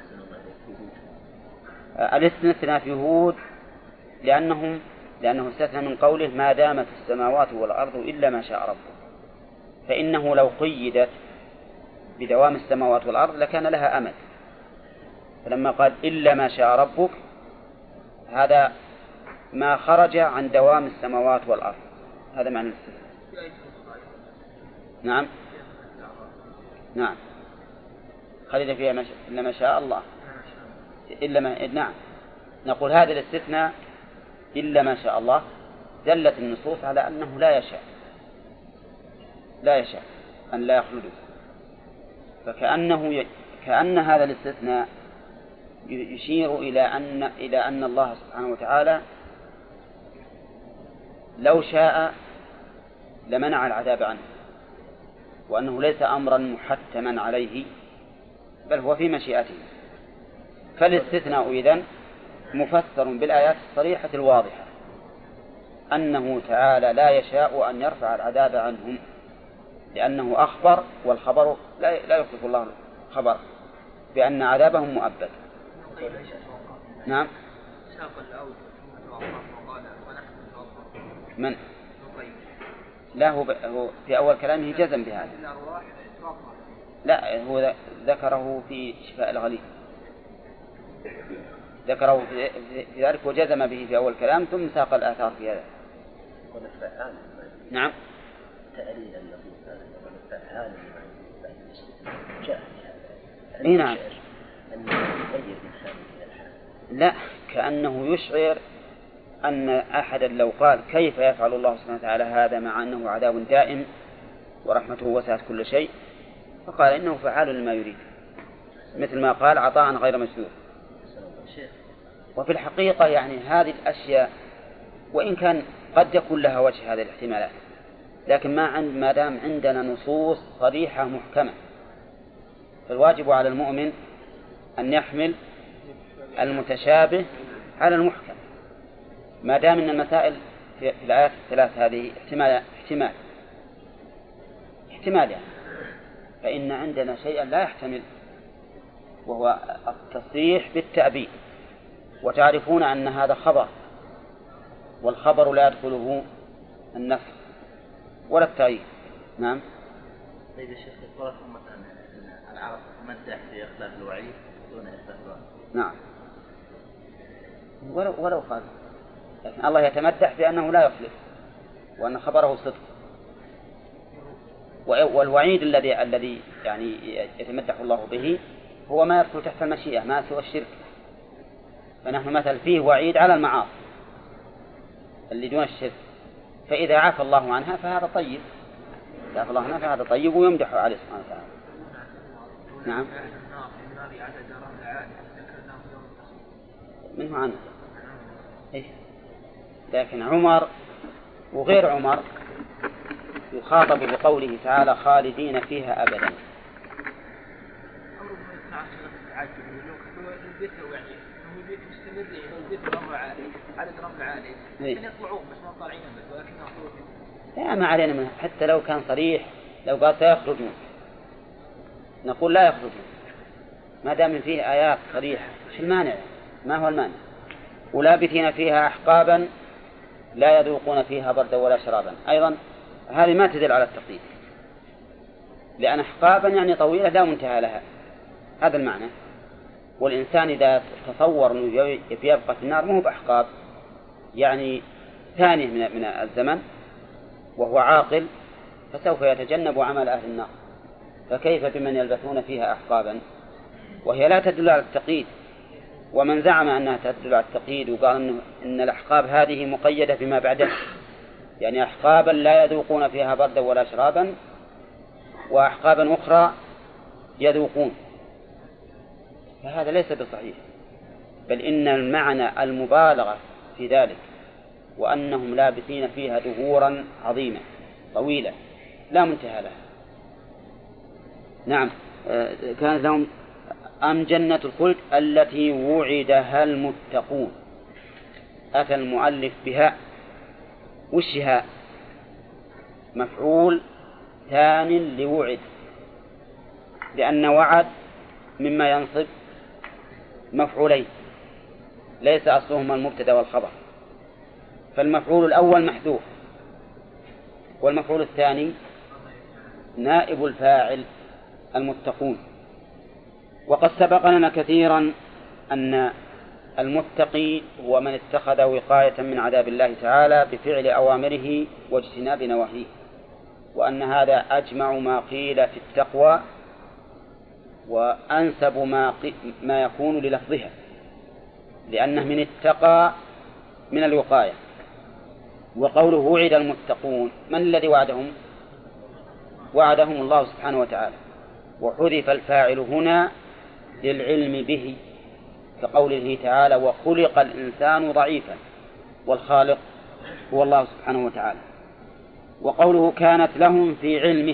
الاستثناء في هود لأنهم لأنه استثنى من قوله ما دامت السماوات والأرض إلا ما شاء ربك، فإنه لو قيدت بدوام السماوات والأرض لكان لها أمد، فلما قال إلا ما شاء ربك هذا ما خرج عن دوام السماوات والأرض، هذا معنى الاستثناء. نعم نعم خالد فيها مش... إلا ما شاء الله إلا ما... نعم نقول هذا الاستثناء إلا ما شاء الله دلت النصوص على أنه لا يشاء لا يشاء أن لا يخلده، فكأنه ي... كأن هذا الاستثناء يشير إلى أن إلى أن الله سبحانه وتعالى لو شاء لمنع العذاب عنه، وأنه ليس أمرا محتما عليه بل هو في مشيئته. فالاستثناء إذن مفسر بالآيات الصريحة الواضحة أنه تعالى لا يشاء أن يرفع العذاب عنهم، لأنه أخبر، والخبر لا لا يخلف الله خبر بأن عذابهم مؤبد. نعم من لا هو, هو في أول كلامه جزم بهذا، لا هو ذكره في شفاء الغليل، ذكره في ذلك وجزم به في أول كلام ثم ساق الآثار في هذا. نعم تأليل الذي فعال جاء إيه نعم لا كأنه يشعر أن أحدا لو قال كيف يفعل الله سبحانه وتعالى هذا مع أنه عذاب دائم ورحمته وسعت كل شيء، فقال إنه فعال لما يريد، مثل ما قال عطاء غير مجدود. وفي الحقيقة يعني هذه الأشياء وإن كان قد يكون لها وجه هذه الاحتمالات، لكن ما عند ما دام عندنا نصوص صريحة محكمة، فالواجب على المؤمن أن يحمل المتشابه على المحكم، ما دام أن المسائل في الآيات الثلاث هذه احتمال احتمال احتمال يعني، فإن عندنا شيئا لا يحتمل وهو التصريح بالتأبيد، وتعرفون أن هذا خبر، والخبر لا يدخله النفي ولا التأييد. نعم. طيب يا شيخ قولكم مثلا العرب مدح في إخلاف الوعيد دون إخلاف الوعيد. نعم ولو ولو قال، لكن الله يتمدح بأنه لا يخلف وأن خبره صدق، والوعيد الذي الذي يعني يتمدح الله به هو ما يدخل تحت المشيئة ما سوى الشرك، فنحن مثل فيه وعيد على المعاصي اللي دون الشرك، فإذا عفى الله عنها فهذا طيب، إذا عفى الله عنها فهذا طيب ويمدح عليه سبحانه وتعالى. نعم منه عنه إيه لكن عمر وغير عمر يخاطب بقوله تعالى خالدين فيها أبدا. لا ما علينا منه، حتى لو كان صريح، لو قال سيخرجون نقول لا يخرجون، ما دام فيه آيات صريحة. ايش المانع؟ ما هو المانع؟ ولابثين فيها أحقابا لا يذوقون فيها بردا ولا شرابا، أيضا هذه ما تدل على التقييد، لأن أحقابا يعني طويلة لا منتهى لها، هذا المعنى. والإنسان إذا تصور أنه يبقى في النار مو بأحقاب، يعني ثانية من الزمن وهو عاقل، فسوف يتجنب عمل أهل النار، فكيف بمن يلبثون فيها أحقابا وهي لا تدل على التقييد. ومن زعم أنها تدل على التقييد وقال إنه إن الأحقاب هذه مقيدة بما بعدها، يعني أحقابا لا يذوقون فيها بردا ولا شرابا، وأحقابا أخرى يذوقون، فهذا ليس بصحيح، بل إن المعنى المبالغة في ذلك، وأنهم لابثين فيها دهورا عظيمة طويلة لا منتهى لها. نعم، كانت لهم أم جنة الخلد التي وعدها المتقون. أتى المؤلف بها، وشها مفعول ثان لوعد، لأن وعد مما ينصب مفعولين ليس أصلهما المبتدأ والخبر، فالمفعول الأول محذوف والمفعول الثاني نائب الفاعل المتقون. وقد سبق لنا كثيرا أن المتقي هو من اتخذ وقاية من عذاب الله تعالى بفعل أوامره واجتناب نواهيه، وأن هذا أجمع ما قيل في التقوى وأنسب ما, ما يكون للفظها، لأنه من اتقى من الوقاية. وقوله وعد المتقون، من الذي وعدهم؟ وعدهم الله سبحانه وتعالى، وحذف الفاعل هنا للعلم به، كقوله تعالى وخلق الإنسان ضعيفا، والخالق هو الله سبحانه وتعالى. وقوله كانت لهم في علمه،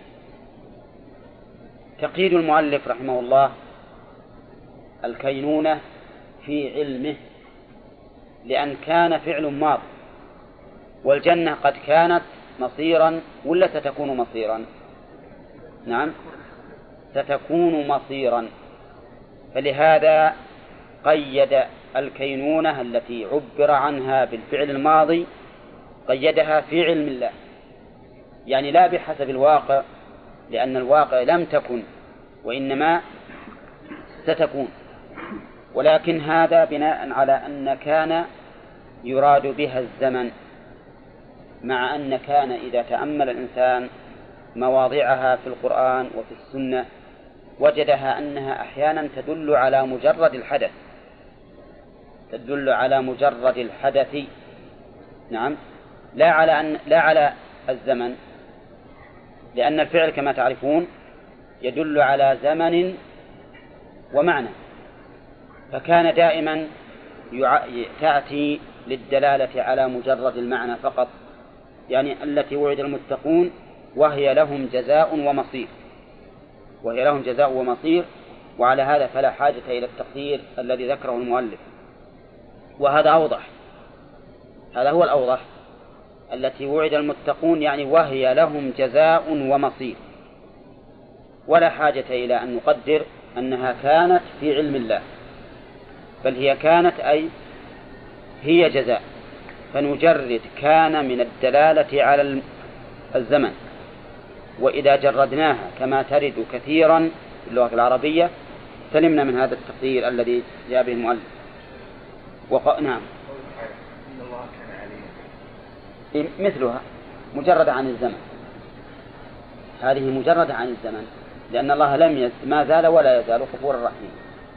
تقييد المؤلف رحمه الله الكينونة في علمه، لأن كان فعل ماض، والجنة قد كانت مصيرا ولا ستكون مصيرا؟ نعم ستكون مصيرا، فلهذا قيد الكينونة التي عبر عنها بالفعل الماضي قيدها في علم الله، يعني لا بحسب الواقع، لأن الواقع لم تكن وإنما ستكون، ولكن هذا بناء على أن كان يراد بها الزمن، مع أن كان إذا تأمل الإنسان مواضعها في القرآن وفي السنة وجدها أنها أحيانا تدل على مجرد الحدث، تدل على مجرد الحدث، نعم، لا على أن لا على الزمن، لأن الفعل كما تعرفون يدل على زمن ومعنى، فكان دائما تأتي للدلالة على مجرد المعنى فقط، يعني التي وعد المتقون وهي لهم جزاء ومصير، وهي لهم جزاء ومصير، وعلى هذا فلا حاجة إلى التقدير الذي ذكره المؤلف، وهذا أوضح، هذا هو الأوضح، التي وعد المتقون يعني وهي لهم جزاء ومصير، ولا حاجة إلى أن نقدر أنها كانت في علم الله، بل هي كانت أي هي جزاء، فنجرد كان من الدلالة على الزمن، وإذا جردناها كما ترد كثيرا في اللغة العربية سلمنا من هذا التقدير الذي جاء به المؤلف. وق... نعم مثلها مجردة عن الزمن، هذه مجردة عن الزمن، لأن الله لم يز... ما زال ولا يزال غفورا رحيما.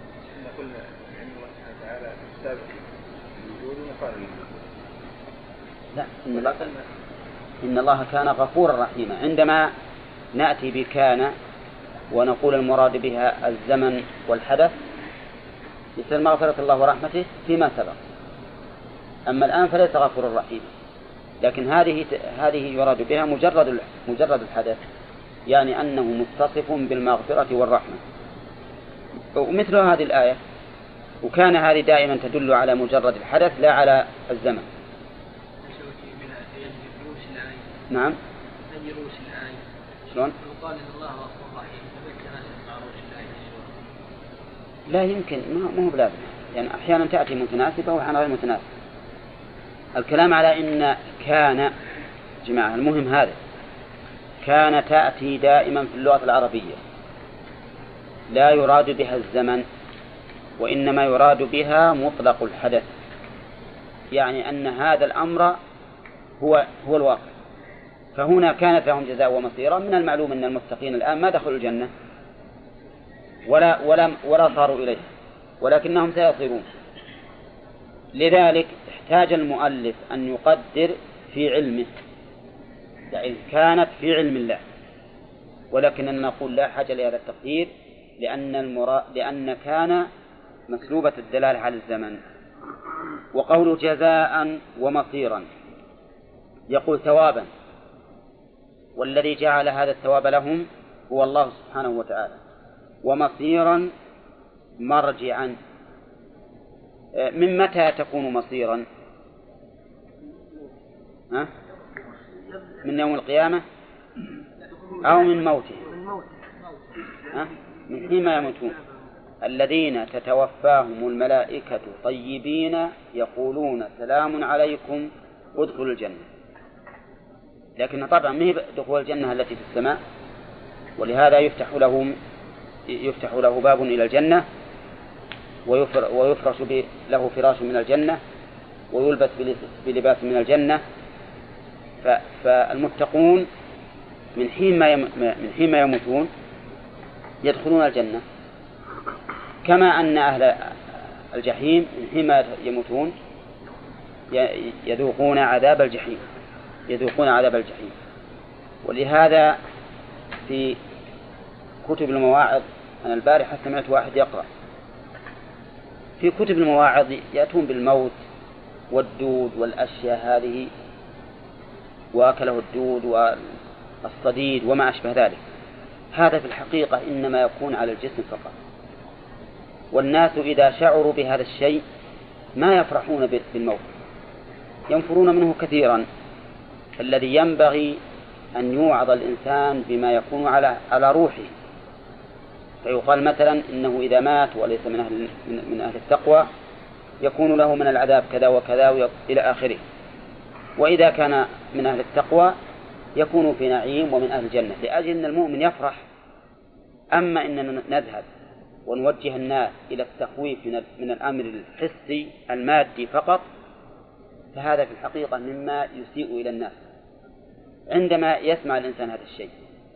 لا، إن الله, إن الله كان غفورا رحيما. عندما نأتي بكان ونقول المراد بها الزمن والحدث، مثل مغفرة الله ورحمته فيما سبق، أما الآن فليس غفور رحيم. لكن هذه هذه يراد بها مجرد مجرد الحدث، يعني أنه متصف بالمغفرة والرحمة. ومثل هذه الآية، وكان هذه دائما تدل على مجرد الحدث لا على الزمن. نعم. شلون؟ قال إن الله غفور رحيم مع روش الآية. لا يمكن، ما هو بلازم، يعني أحيانا تأتي متناسبة وأحيانا غير متناسبة. الكلام على إن كان جماعة، المهم هذا كان تأتي دائما في اللغة العربية لا يراد بها الزمن، وإنما يراد بها مطلق الحدث، يعني أن هذا الأمر هو هو الواقع. فهنا كانت لهم جزاء ومصيرا. من المعلوم أن المتقين الآن ما دخلوا الجنة ولا ولا ولا صاروا إليه، ولكنهم سيصيرون. لذلك احتاج المؤلف أن يقدر في علمه، يعني كانت في علم الله، ولكننا نقول لا حاجة لهذا التقدير، لأن المرا... لأن كان مسلوبة الدلالة على الزمن. وقول جزاء ومصيرا يقول ثوابا، والذي جعل هذا الثواب لهم هو الله سبحانه وتعالى، ومصيرا مرجعا. من متى تكون مصيرا؟ ها؟ من يوم القيامة أو من موته؟ ها؟ من حينما يموتون الذين تتوفاهم الملائكة طيبين يقولون سلام عليكم ادخلوا الجنة. لكن طبعا ما هي دخول الجنة التي في السماء، ولهذا يفتح له يفتح له باب إلى الجنة، ويفرش له فراش من الجنة، ويلبس بلباس من الجنة. فالمتقون من حين ما من حين ما يموتون يدخلون الجنة، كما أن أهل الجحيم من حين ما يموتون يذوقون عذاب الجحيم يذوقون عذاب الجحيم. ولهذا في كتب المواعظ، أنا البارحة سمعت واحد يقرأ في كتب المواعظ يأتون بالموت والدود والأشياء هذه، وأكله الدود والصديد وما أشبه ذلك. هذا في الحقيقة إنما يكون على الجسم فقط، والناس إذا شعروا بهذا الشيء ما يفرحون بالموت، ينفرون منه كثيرا. الذي ينبغي أن يوعظ الإنسان بما يكون على على روحه، فيقال مثلا إنه إذا مات وليس من أهل من أهل التقوى يكون له من العذاب كذا وكذا إلى آخره، وإذا كان من أهل التقوى يكون في نعيم ومن أهل الجنة، لأجل أن المؤمن يفرح. أما إننا نذهب ونوجه الناس إلى التخويف من الأمر الحسي المادي فقط، فهذا في الحقيقة مما يسيء إلى الناس. عندما يسمع الإنسان هذا الشيء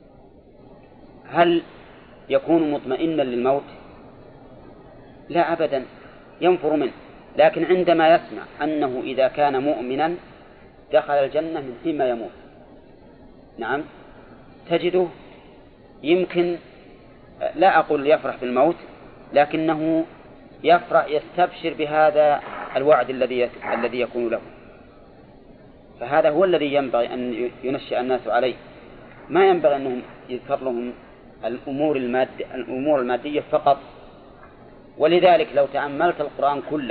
هل يكون مطمئنا للموت؟ لا أبدا، ينفر منه. لكن عندما يسمع أنه إذا كان مؤمنا دخل الجنة من حين ما يموت، نعم، تجده يمكن لا أقول يفرح بالموت، لكنه يفرح يستبشر بهذا الوعد الذي الذي يكون له. فهذا هو الذي ينبغي أن ينشأ الناس عليه. ما ينبغي أنهم يذكر لهم الأمور المادية الأمور المادية فقط. ولذلك لو تأملت القرآن كله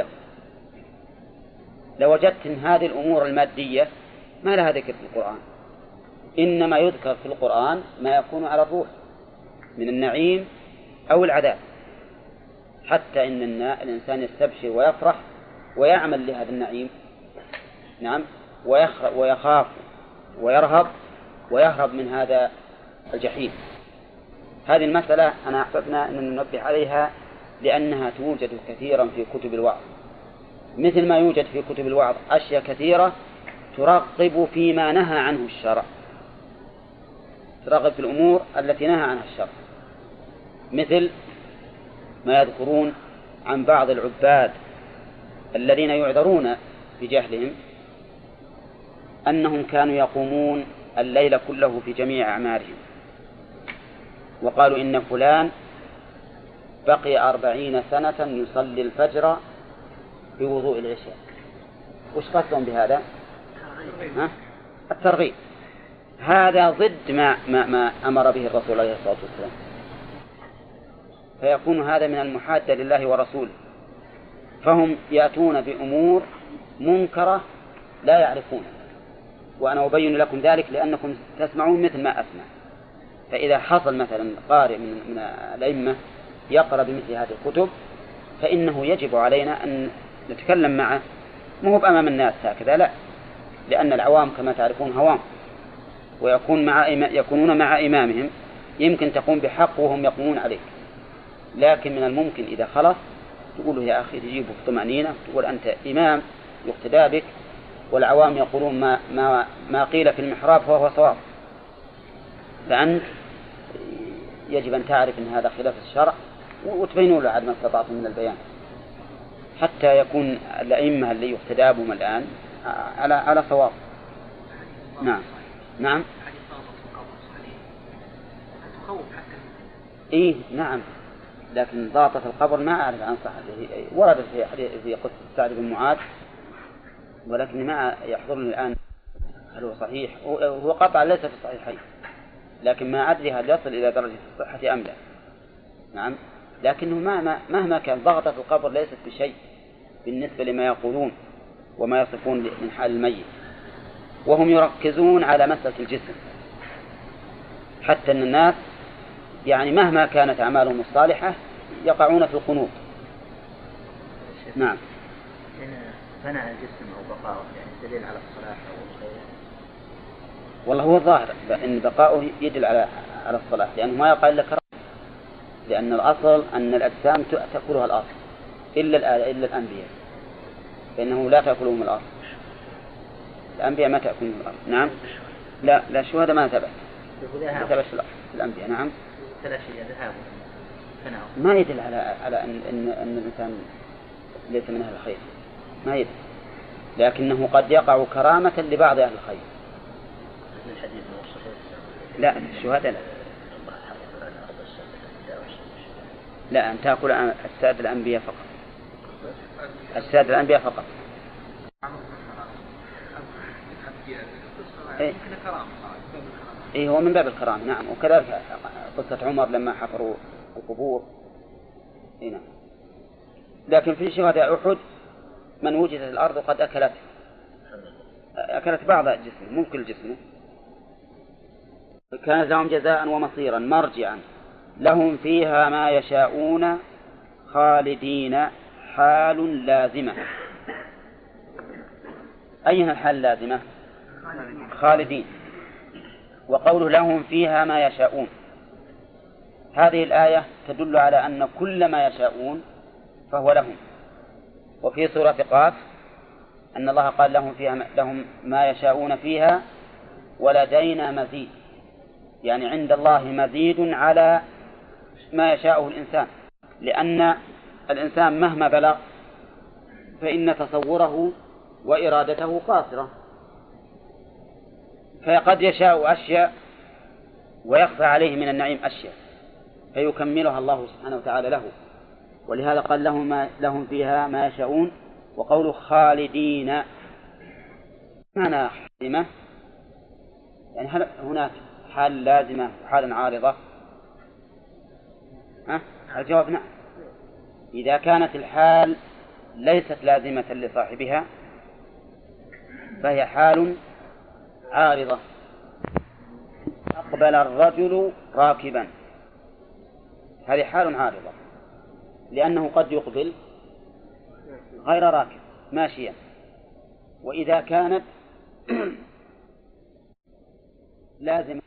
لوجدت أن هذه الأمور المادية ما لها ذكر في القرآن، إنما يذكر في القرآن ما يكون على الروح من النعيم أو العذاب، حتى إن الإنسان يستبشر ويفرح ويعمل لهذا النعيم، نعم، ويخاف ويرهب ويهرب من هذا الجحيم. هذه المسألة أنا أحببنا أن ننبه عليها لأنها توجد كثيرا في كتب الوعظ، مثل ما يوجد في كتب الوعظ أشياء كثيرة ترغب فيما نهى عنه الشرع، ترغب في الأمور التي نهى عنها الشرع، مثل ما يذكرون عن بعض العباد الذين يعذرون بجهلهم أنهم كانوا يقومون الليل كله في جميع أعمارهم، وقالوا إن فلان بقي أربعين سنة يصلي الفجر بوضوء العشاء، وش قصدهم بهذا؟ ها؟ الترغيب. هذا ضد ما, ما, ما أمر به الرسول عليه الصلاة والسلام، فيكون هذا من المحادة لله ورسوله، فهم يأتون بأمور منكرة لا يعرفون، وأنا أبين لكم ذلك لأنكم تسمعون مثل ما أسمع. فإذا حصل مثلا قارئ من, من الأئمة يقرأ بمثل هذه الكتب فإنه يجب علينا أن نتكلم معه، مو بأمام الناس هكذا، لا، لأن العوام كما تعرفون هوام، ويكون مع يكونون مع إمامهم، يمكن تقوم بحق وهم يقومون عليك، لكن من الممكن إذا خلص تقول يا أخي تجيبه بطمأنينة، تقول أنت إمام يقتدى بك، والعوام يقولون ما, ما, ما قيل في المحراب فهو صواب، فأنت يجب أن تعرف أن هذا خلاف الشرع وتبينوا له عدم استطاعتم من البيان، حتى يكون الأئمة اللي يقتدى بهم الآن على على صواب. نعم نعم إيه نعم، لكن ضاطة القبر ما أعرف عن صحته، ورد في حديث في قصة سعد بن معاذ، ولكن ما يحضرني الآن هل هو صحيح، هو قطع ليس في الصحيحين، لكن ما أدري هل يصل إلى درجة الصحة أم لا. نعم، لكنه مهما مهما كان ضغطة القبر ليست بشيء بالنسبة لما يقولون وما يصفون من حال الميت، وهم يركزون على مسألة الجسم، حتى أن الناس يعني مهما كانت أعمالهم الصالحة يقعون في القنوط. نعم. فناء الجسم أو بقاؤه يعني دليل على الصلاة أو الخير؟ والله هو الظاهر أن بقاؤه يدل على على الصلاة، لأنه ما يقال لك، لأن الأصل أن الأجسام تأكلها الأرض إلا إلا الأنبياء، فإنه لا تأكلهم الأرض، الأنبياء ما تأكلهم الأرض. نعم. لا لا شو هذا ما ثبت ثبت في الأنبياء. نعم. ما يدل على على أن أن أن الإنسان ليس من أهل الخير، ما يدل، لكنه قد يقع كرامة لبعض أهل الخير. لا الشهادة لا لا أن تأكل أجساد الأنبياء فقط، أجساد الأنبياء فقط. إيه؟ إيه هو من باب الكرامة. نعم. وكذلك قصة عمر لما حفروا القبور. إيه نعم. لكن في شهداء أحد من وجدت الأرض قد أكلت أكلت بعض جسمه، مو كل جسمه. كانت لهم جزاء ومصيرا مرجعا لهم فيها ما يشاءون خالدين حال لازمة. أين الحال لازمة؟ خالدين. وقوله لهم فيها ما يشاءون، هذه الآية تدل على أن كل ما يشاءون فهو لهم. وفي سورة قاف أن الله قال لهم فيها لهم ما يشاءون فيها ولدينا مزيد، يعني عند الله مزيد على ما يشاءه الإنسان، لأن الإنسان مهما بلغ فإن تصوره وإرادته قاصرة، فقد يشاء أشياء ويخفى عليه من النعيم أشياء فيكملها الله سبحانه وتعالى له. ولهذا قال لهم, ما لهم فيها ما يشاءون. وقول خالدين معنى حالمة، يعني هل هناك حال لازمة وحال عارضة؟ ها؟ الجواب نعم. إذا كانت الحال ليست لازمة لصاحبها فهي حال عارضة. أقبل الرجل راكبا، هذه حال عارضة، لأنه قد يقبل غير راكب ماشيا. وإذا كانت لازم